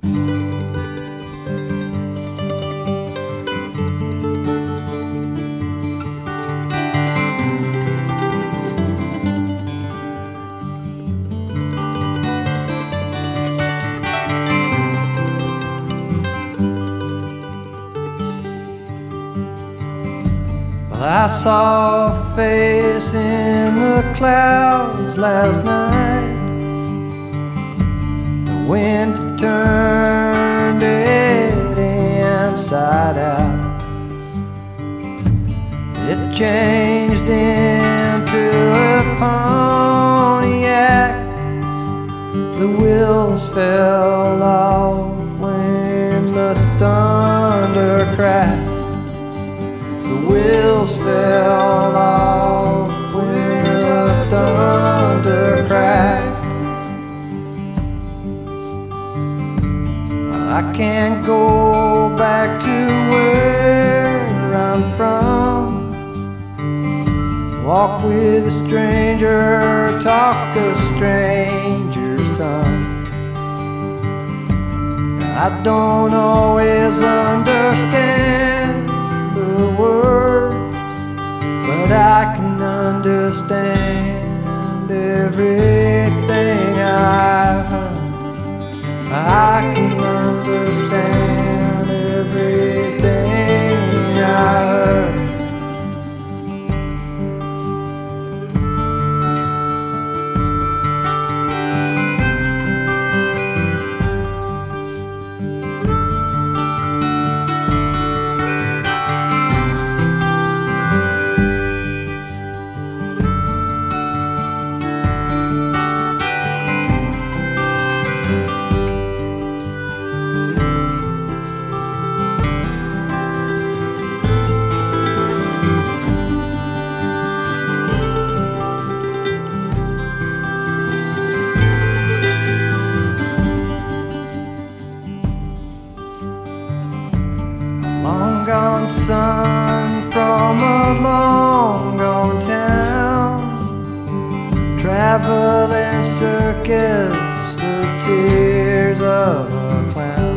I saw a face in the clouds last night. The wind turned it inside out. It changed into a Pontiac. The wheels fell off when the thunder cracked. The wheels fell off when the thunder cracked. I can't go back to where I'm from. Walk with a stranger, talk a stranger's tongue. I don't always understand the words, but I can understand everything I heard. I can understand everything I heard. Son from a long gone town, traveling circus, the tears of a clown.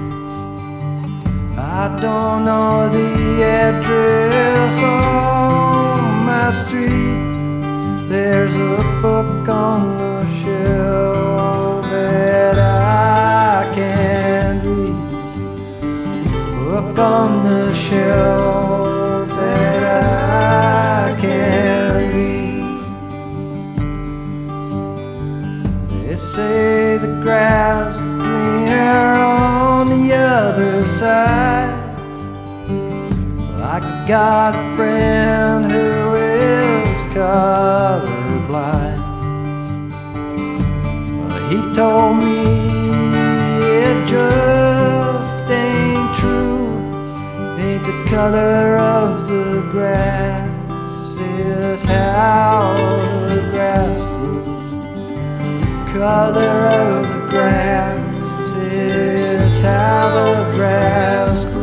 I don't know the address on my street. There's a book on the shelf that I can't read. Book on the shelf that I can't read. They say the grass is greener on the other side. Like I got a friend who is colorblind. Well, he told me it just ain't true. Ain't the color of the grass, is how the grass grows. Color of the grass is how the grass grows.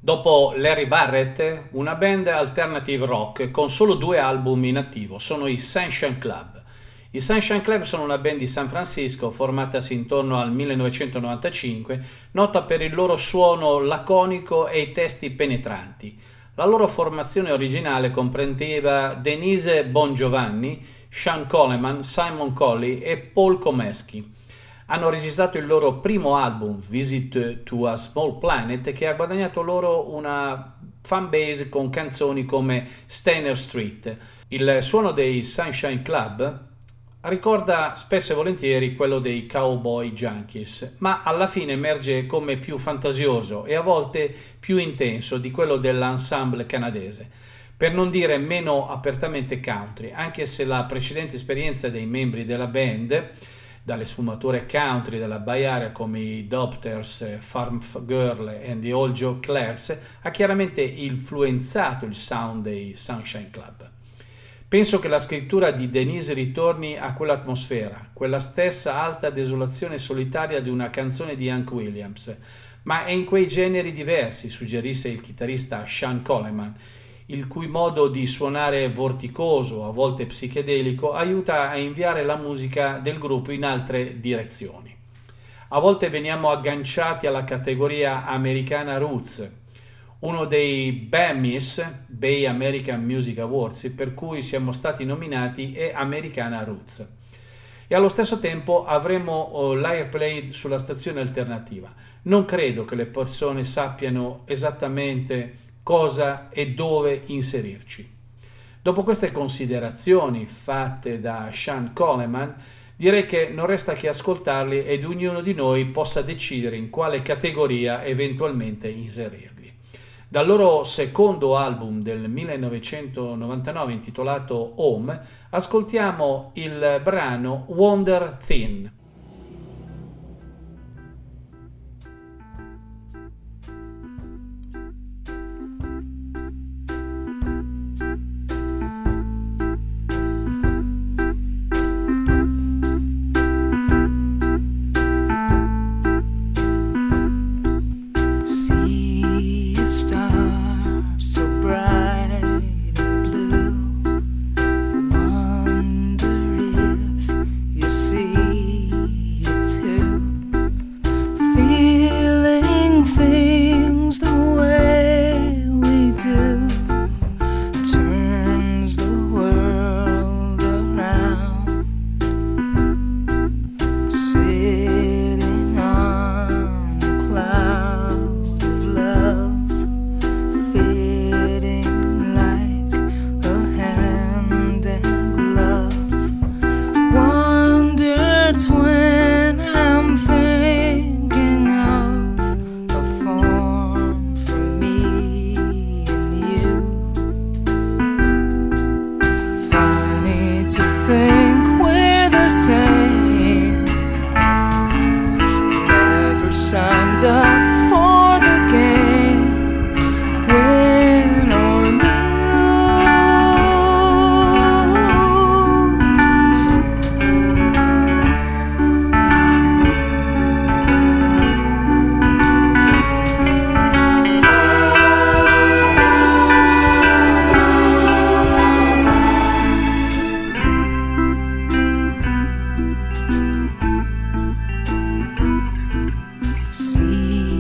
Dopo Larry Barrett, una band alternative rock con solo due album in attivo sono i Sunshine Club. I Sunshine Club sono una band di San Francisco formatasi intorno al millenovecentonovantacinque, nota per il loro suono laconico e i testi penetranti. La loro formazione originale comprendeva Denise Bongiovanni, Sean Coleman, Simon Colley e Paul Komesky. Hanno registrato il loro primo album, Visit to a Small Planet, che ha guadagnato loro una fanbase con canzoni come Steiner Street. Il suono dei Sunshine Club ricorda spesso e volentieri quello dei Cowboy Junkies, ma alla fine emerge come più fantasioso e a volte più intenso di quello dell'ensemble canadese, per non dire meno apertamente country, anche se la precedente esperienza dei membri della band, dalle sfumature country della Bay Area come i Doctors, Farm Girl e The Old Joe Clares, ha chiaramente influenzato il sound dei Sunshine Club. Penso che la scrittura di Denise ritorni a quell'atmosfera, quella stessa alta desolazione solitaria di una canzone di Hank Williams, ma è in quei generi diversi, suggerisse il chitarrista Sean Coleman, il cui modo di suonare vorticoso, a volte psichedelico, aiuta a inviare la musica del gruppo in altre direzioni. A volte veniamo agganciati alla categoria Americana Roots, uno dei B A M Is, Bay American Music Awards, per cui siamo stati nominati, è Americana Roots. E allo stesso tempo avremo l'Airplay sulla stazione alternativa. Non credo che le persone sappiano esattamente cosa e dove inserirci. Dopo queste considerazioni fatte da Sean Coleman, direi che non resta che ascoltarli ed ognuno di noi possa decidere in quale categoria eventualmente inserirli. Dal loro secondo album del millenovecentonovantanove intitolato Home, ascoltiamo il brano Wander Thin. See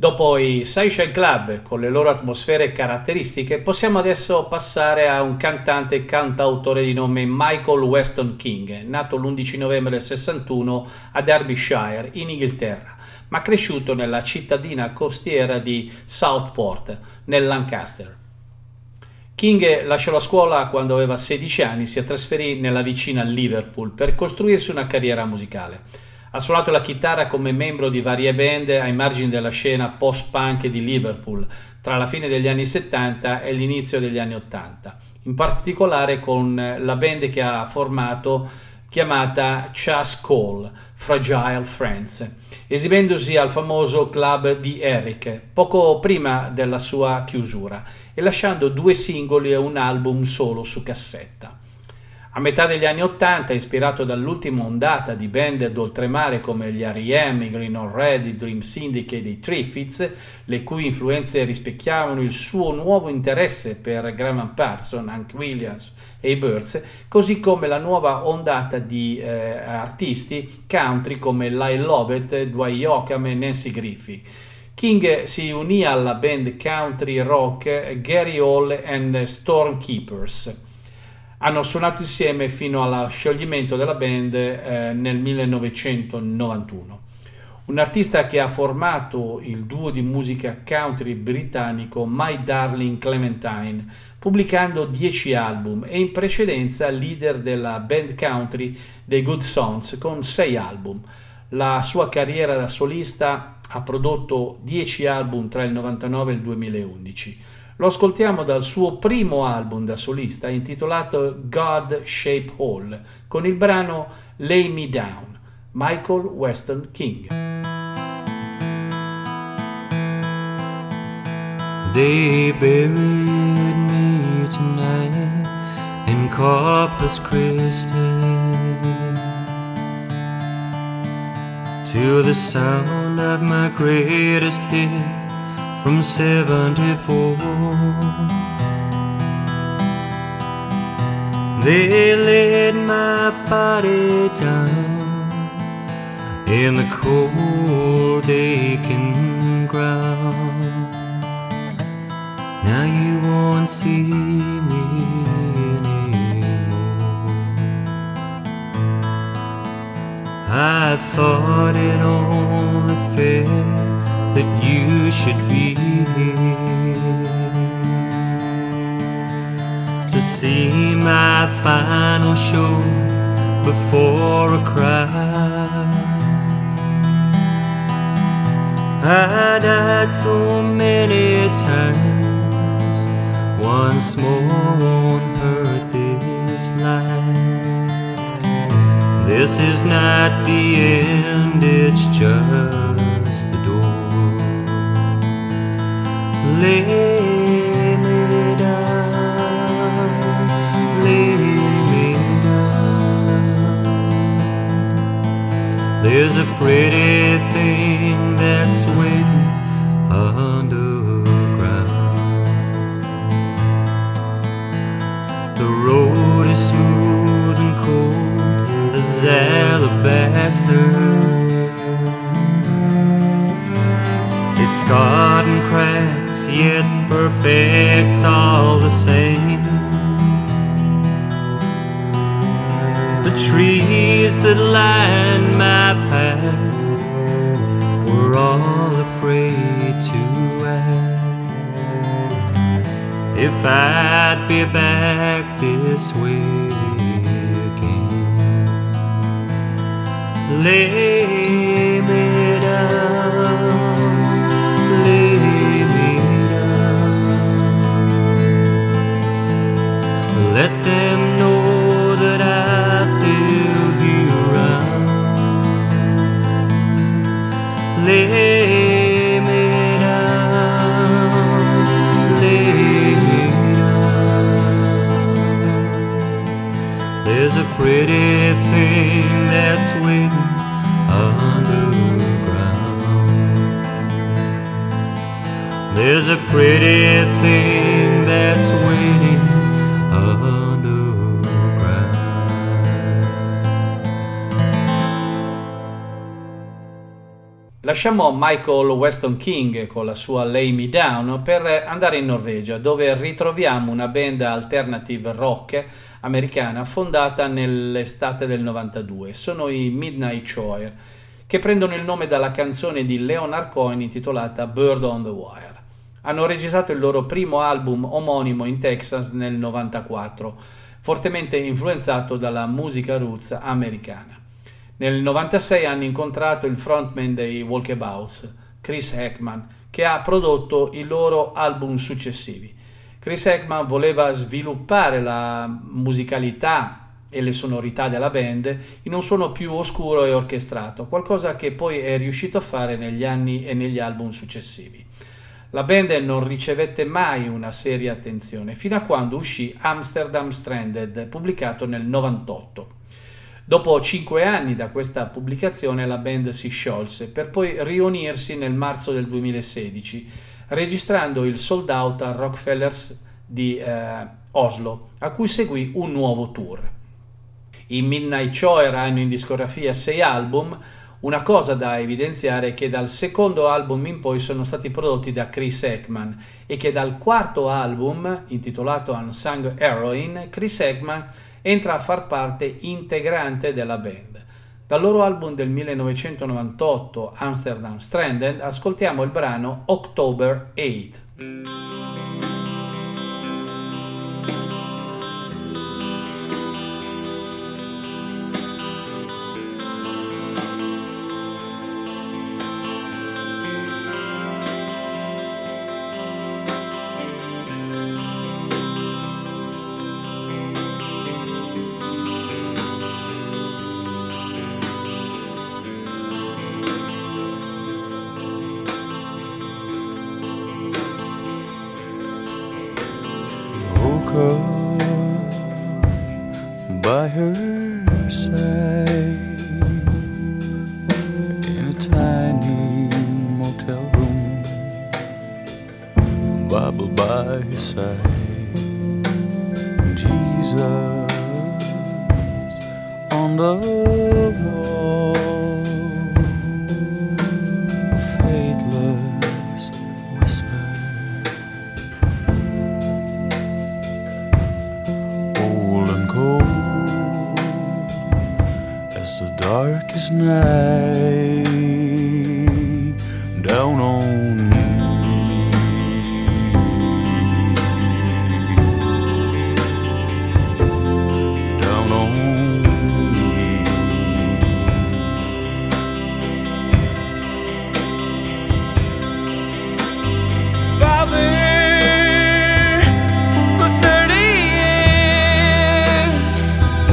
Dopo i Sunshine Club, con le loro atmosfere caratteristiche, possiamo adesso passare a un cantante e cantautore di nome Michael Weston King, nato l'undici novembre del sessantuno a Derbyshire, in Inghilterra, ma cresciuto nella cittadina costiera di Southport, nel Lancaster. King lasciò la scuola quando aveva sedici anni e si trasferì nella vicina Liverpool per costruirsi una carriera musicale. Ha suonato la chitarra come membro di varie band ai margini della scena post-punk di Liverpool tra la fine degli anni settanta e l'inizio degli anni ottanta, in particolare con la band che ha formato chiamata Chas Cole, Fragile Friends, esibendosi al famoso club di Eric poco prima della sua chiusura e lasciando due singoli e un album solo su cassetta. A metà degli anni Ottanta, ispirato dall'ultima ondata di band d'oltremare come gli R E M, i Green on Red, i Dream Syndicate e i Triffids, le cui influenze rispecchiavano il suo nuovo interesse per Graham Parsons, Hank Williams e i Byrds, così come la nuova ondata di eh, artisti country come Lyle Lovett, Dwight Yoakam e Nancy Griffith. King si unì alla band country rock Gary Hall and Stormkeepers. Hanno suonato insieme fino allo scioglimento della band eh, nel millenovecentonovantuno. Un artista che ha formato il duo di musica country britannico My Darling Clementine, pubblicando dieci album, e in precedenza leader della band country dei Good Sons con sei album. La sua carriera da solista ha prodotto dieci album tra il novantanove e il duemilaundici. Lo ascoltiamo dal suo primo album da solista intitolato God Shape Hall con il brano Lay Me Down, Michael Weston King. They buried me tonight in Corpus Christi, to the sound of my greatest hit from seventy-four. They laid my body down in the cold aching ground. Now you won't see me anymore. I thought it only fair that you should be here to see my final show before a crowd. I died so many times, once more won't hurt this life. This is not the end, it's just the door. Lay me down, lay me down. There's a pretty thing that's waiting underground. The road is smooth and cold as alabaster. It's scarred and cracked, yet perfect all the same. The trees that line my path were all afraid to ask if I'd be back this way again. Lay me down, lay me down. Let them know that I still be around. Lay me down, lay me down. There's a pretty thing that's waiting underground. There's a pretty thing that's waiting underground. Lasciamo Michael Weston King con la sua Lay Me Down per andare in Norvegia, dove ritroviamo una band alternative rock americana fondata nell'estate del novantadue. Sono i Midnight Choir, che prendono il nome dalla canzone di Leonard Cohen intitolata Bird on the Wire. Hanno registrato il loro primo album omonimo in Texas nel novantaquattro, fortemente influenzato dalla musica roots americana. Nel novantasei hanno incontrato il frontman dei Walkabouts, Chris Heckman, che ha prodotto i loro album successivi. Chris Heckman voleva sviluppare la musicalità e le sonorità della band in un suono più oscuro e orchestrato, qualcosa che poi è riuscito a fare negli anni e negli album successivi. La band non ricevette mai una seria attenzione, fino a quando uscì Amsterdam Stranded, pubblicato nel novantotto. Dopo cinque anni da questa pubblicazione la band si sciolse, per poi riunirsi nel marzo del duemilasedici, registrando il sold out al Rockefellers di eh, Oslo, a cui seguì un nuovo tour. I Midnight Choir hanno in discografia sei album. Una cosa da evidenziare è che dal secondo album in poi sono stati prodotti da Chris Heckman e che dal quarto album, intitolato Unsung Heroine, Chris Heckman entra a far parte integrante della band. Dal loro album del millenovecentonovantotto, Amsterdam Stranded, ascoltiamo il brano October eighth. By her side in a tiny motel room, Bible by his side, Jesus on the wall, faithless whisper, old and cold as the darkest night down on me. Down on me. Father, for thirty years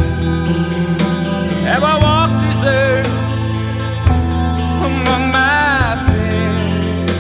have I among my peers,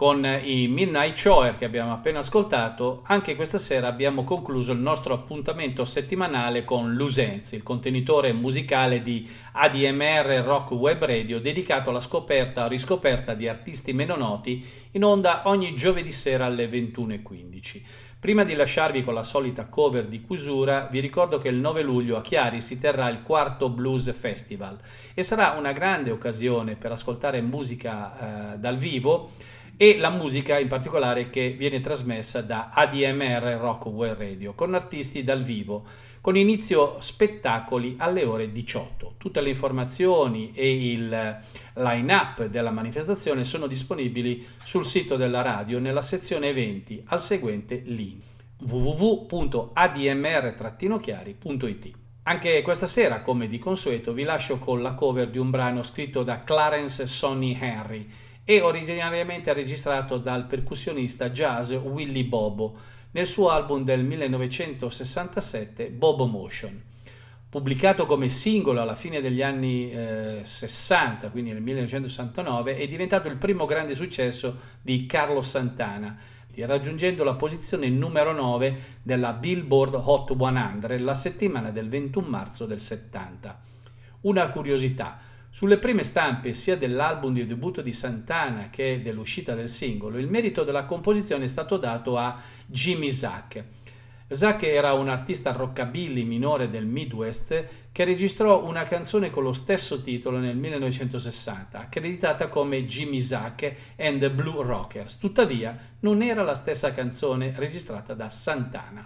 Con i Midnight Choir che abbiamo appena ascoltato, anche questa sera abbiamo concluso il nostro appuntamento settimanale con Lusenzi, il contenitore musicale di A D M R Rock Web Radio dedicato alla scoperta o riscoperta di artisti meno noti, in onda ogni giovedì sera alle ventuno e quindici. Prima di lasciarvi con la solita cover di chiusura, vi ricordo che il nove luglio a Chiari si terrà il quarto Blues Festival e sarà una grande occasione per ascoltare musica eh, dal vivo, e la musica in particolare che viene trasmessa da A D M R Rock Web Radio con artisti dal vivo, con inizio spettacoli alle ore diciotto. Tutte le informazioni e il line-up della manifestazione sono disponibili sul sito della radio nella sezione eventi al seguente link w w w punto a d m r trattino chiari punto i t. Anche questa sera, come di consueto, vi lascio con la cover di un brano scritto da Clarence Sonny Henry e originariamente registrato dal percussionista jazz Willie Bobo nel suo album del millenovecentosessantasette Bobo Motion. Pubblicato come singolo alla fine degli anni eh, sessanta, quindi nel millenovecentosessantanove, è diventato il primo grande successo di Carlos Santana, raggiungendo la posizione numero nove della Billboard Hot cento la settimana del ventuno marzo del settanta. Una curiosità: sulle prime stampe sia dell'album di debutto di Santana che dell'uscita del singolo, il merito della composizione è stato dato a Jimmy Zack. Zack era un artista rockabilly minore del Midwest che registrò una canzone con lo stesso titolo nel millenovecentosessanta, accreditata come Jimmy Zack and the Blue Rockers. Tuttavia, non era la stessa canzone registrata da Santana.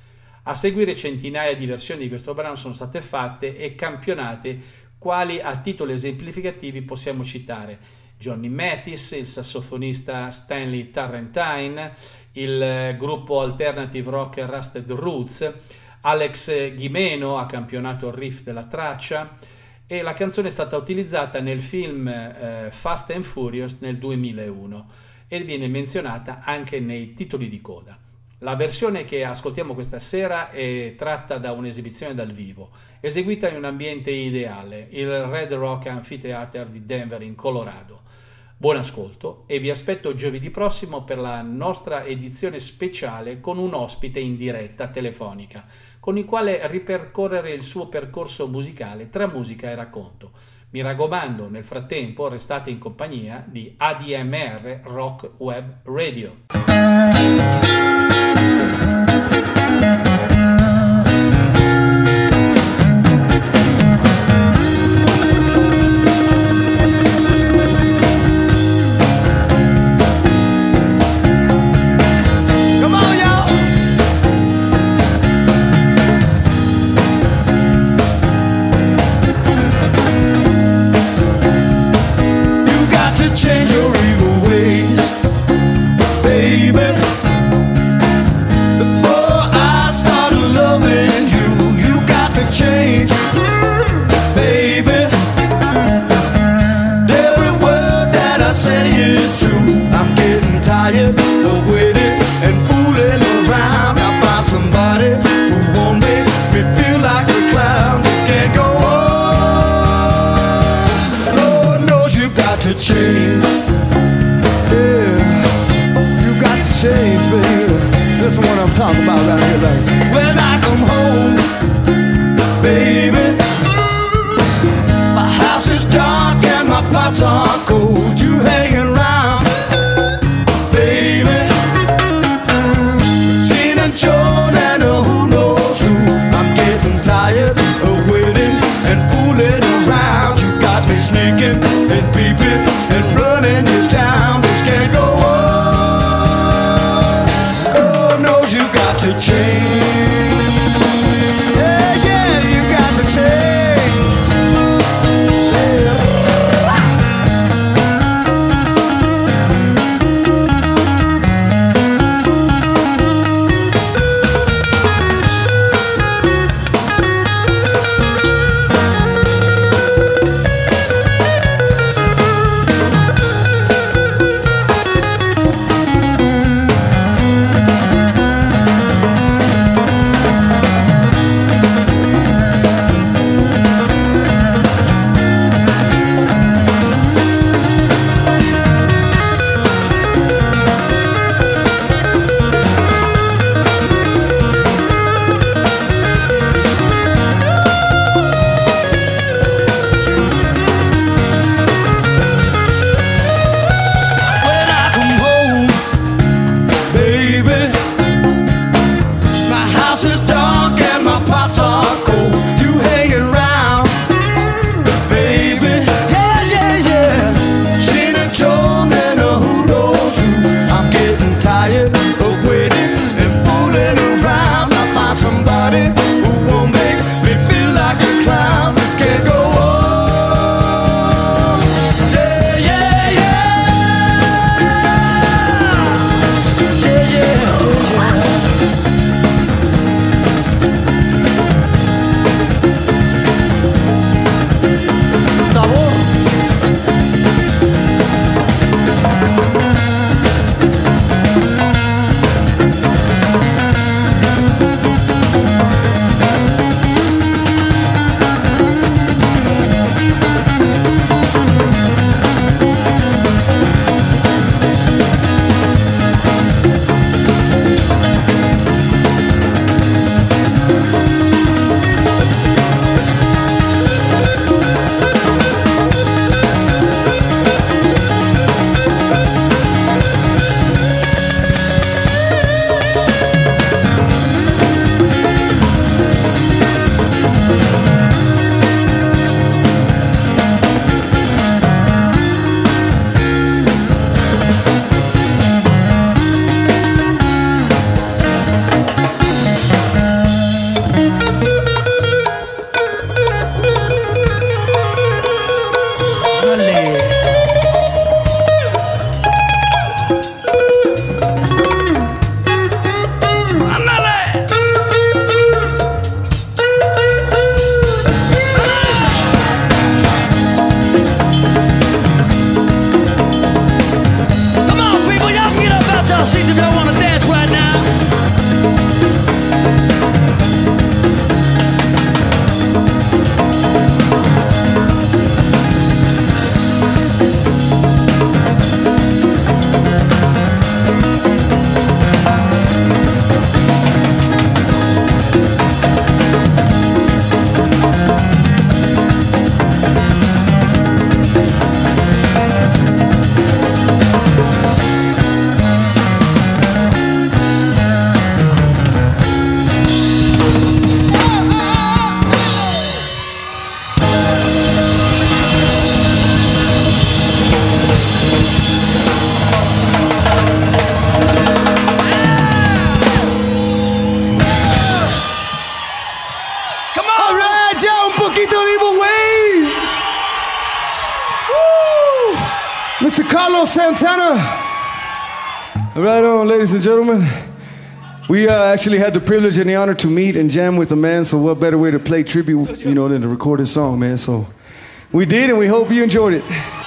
A seguire centinaia di versioni di questo brano sono state fatte e campionate, quali a titoli esemplificativi possiamo citare Johnny Mathis, il sassofonista Stanley Turrentine, il gruppo alternative rock Rusted Roots, Alex Ghimeno ha campionato il riff della traccia, e la canzone è stata utilizzata nel film eh, Fast and Furious nel duemilauno e viene menzionata anche nei titoli di coda. La versione che ascoltiamo questa sera è tratta da un'esibizione dal vivo, eseguita in un ambiente ideale, il Red Rock Amphitheater di Denver in Colorado. Buon ascolto e vi aspetto giovedì prossimo per la nostra edizione speciale con un ospite in diretta telefonica, con il quale ripercorrere il suo percorso musicale tra musica e racconto. Mi raccomando, nel frattempo restate in compagnia di A D M R Rock Web Radio. Change your evil ways, baby, before I start Mister Carlos Santana. Right on, ladies and gentlemen. We uh, actually had the privilege and the honor to meet and jam with the man, so what better way to play tribute, you know, than to record his song, man. So we did, and we hope you enjoyed it.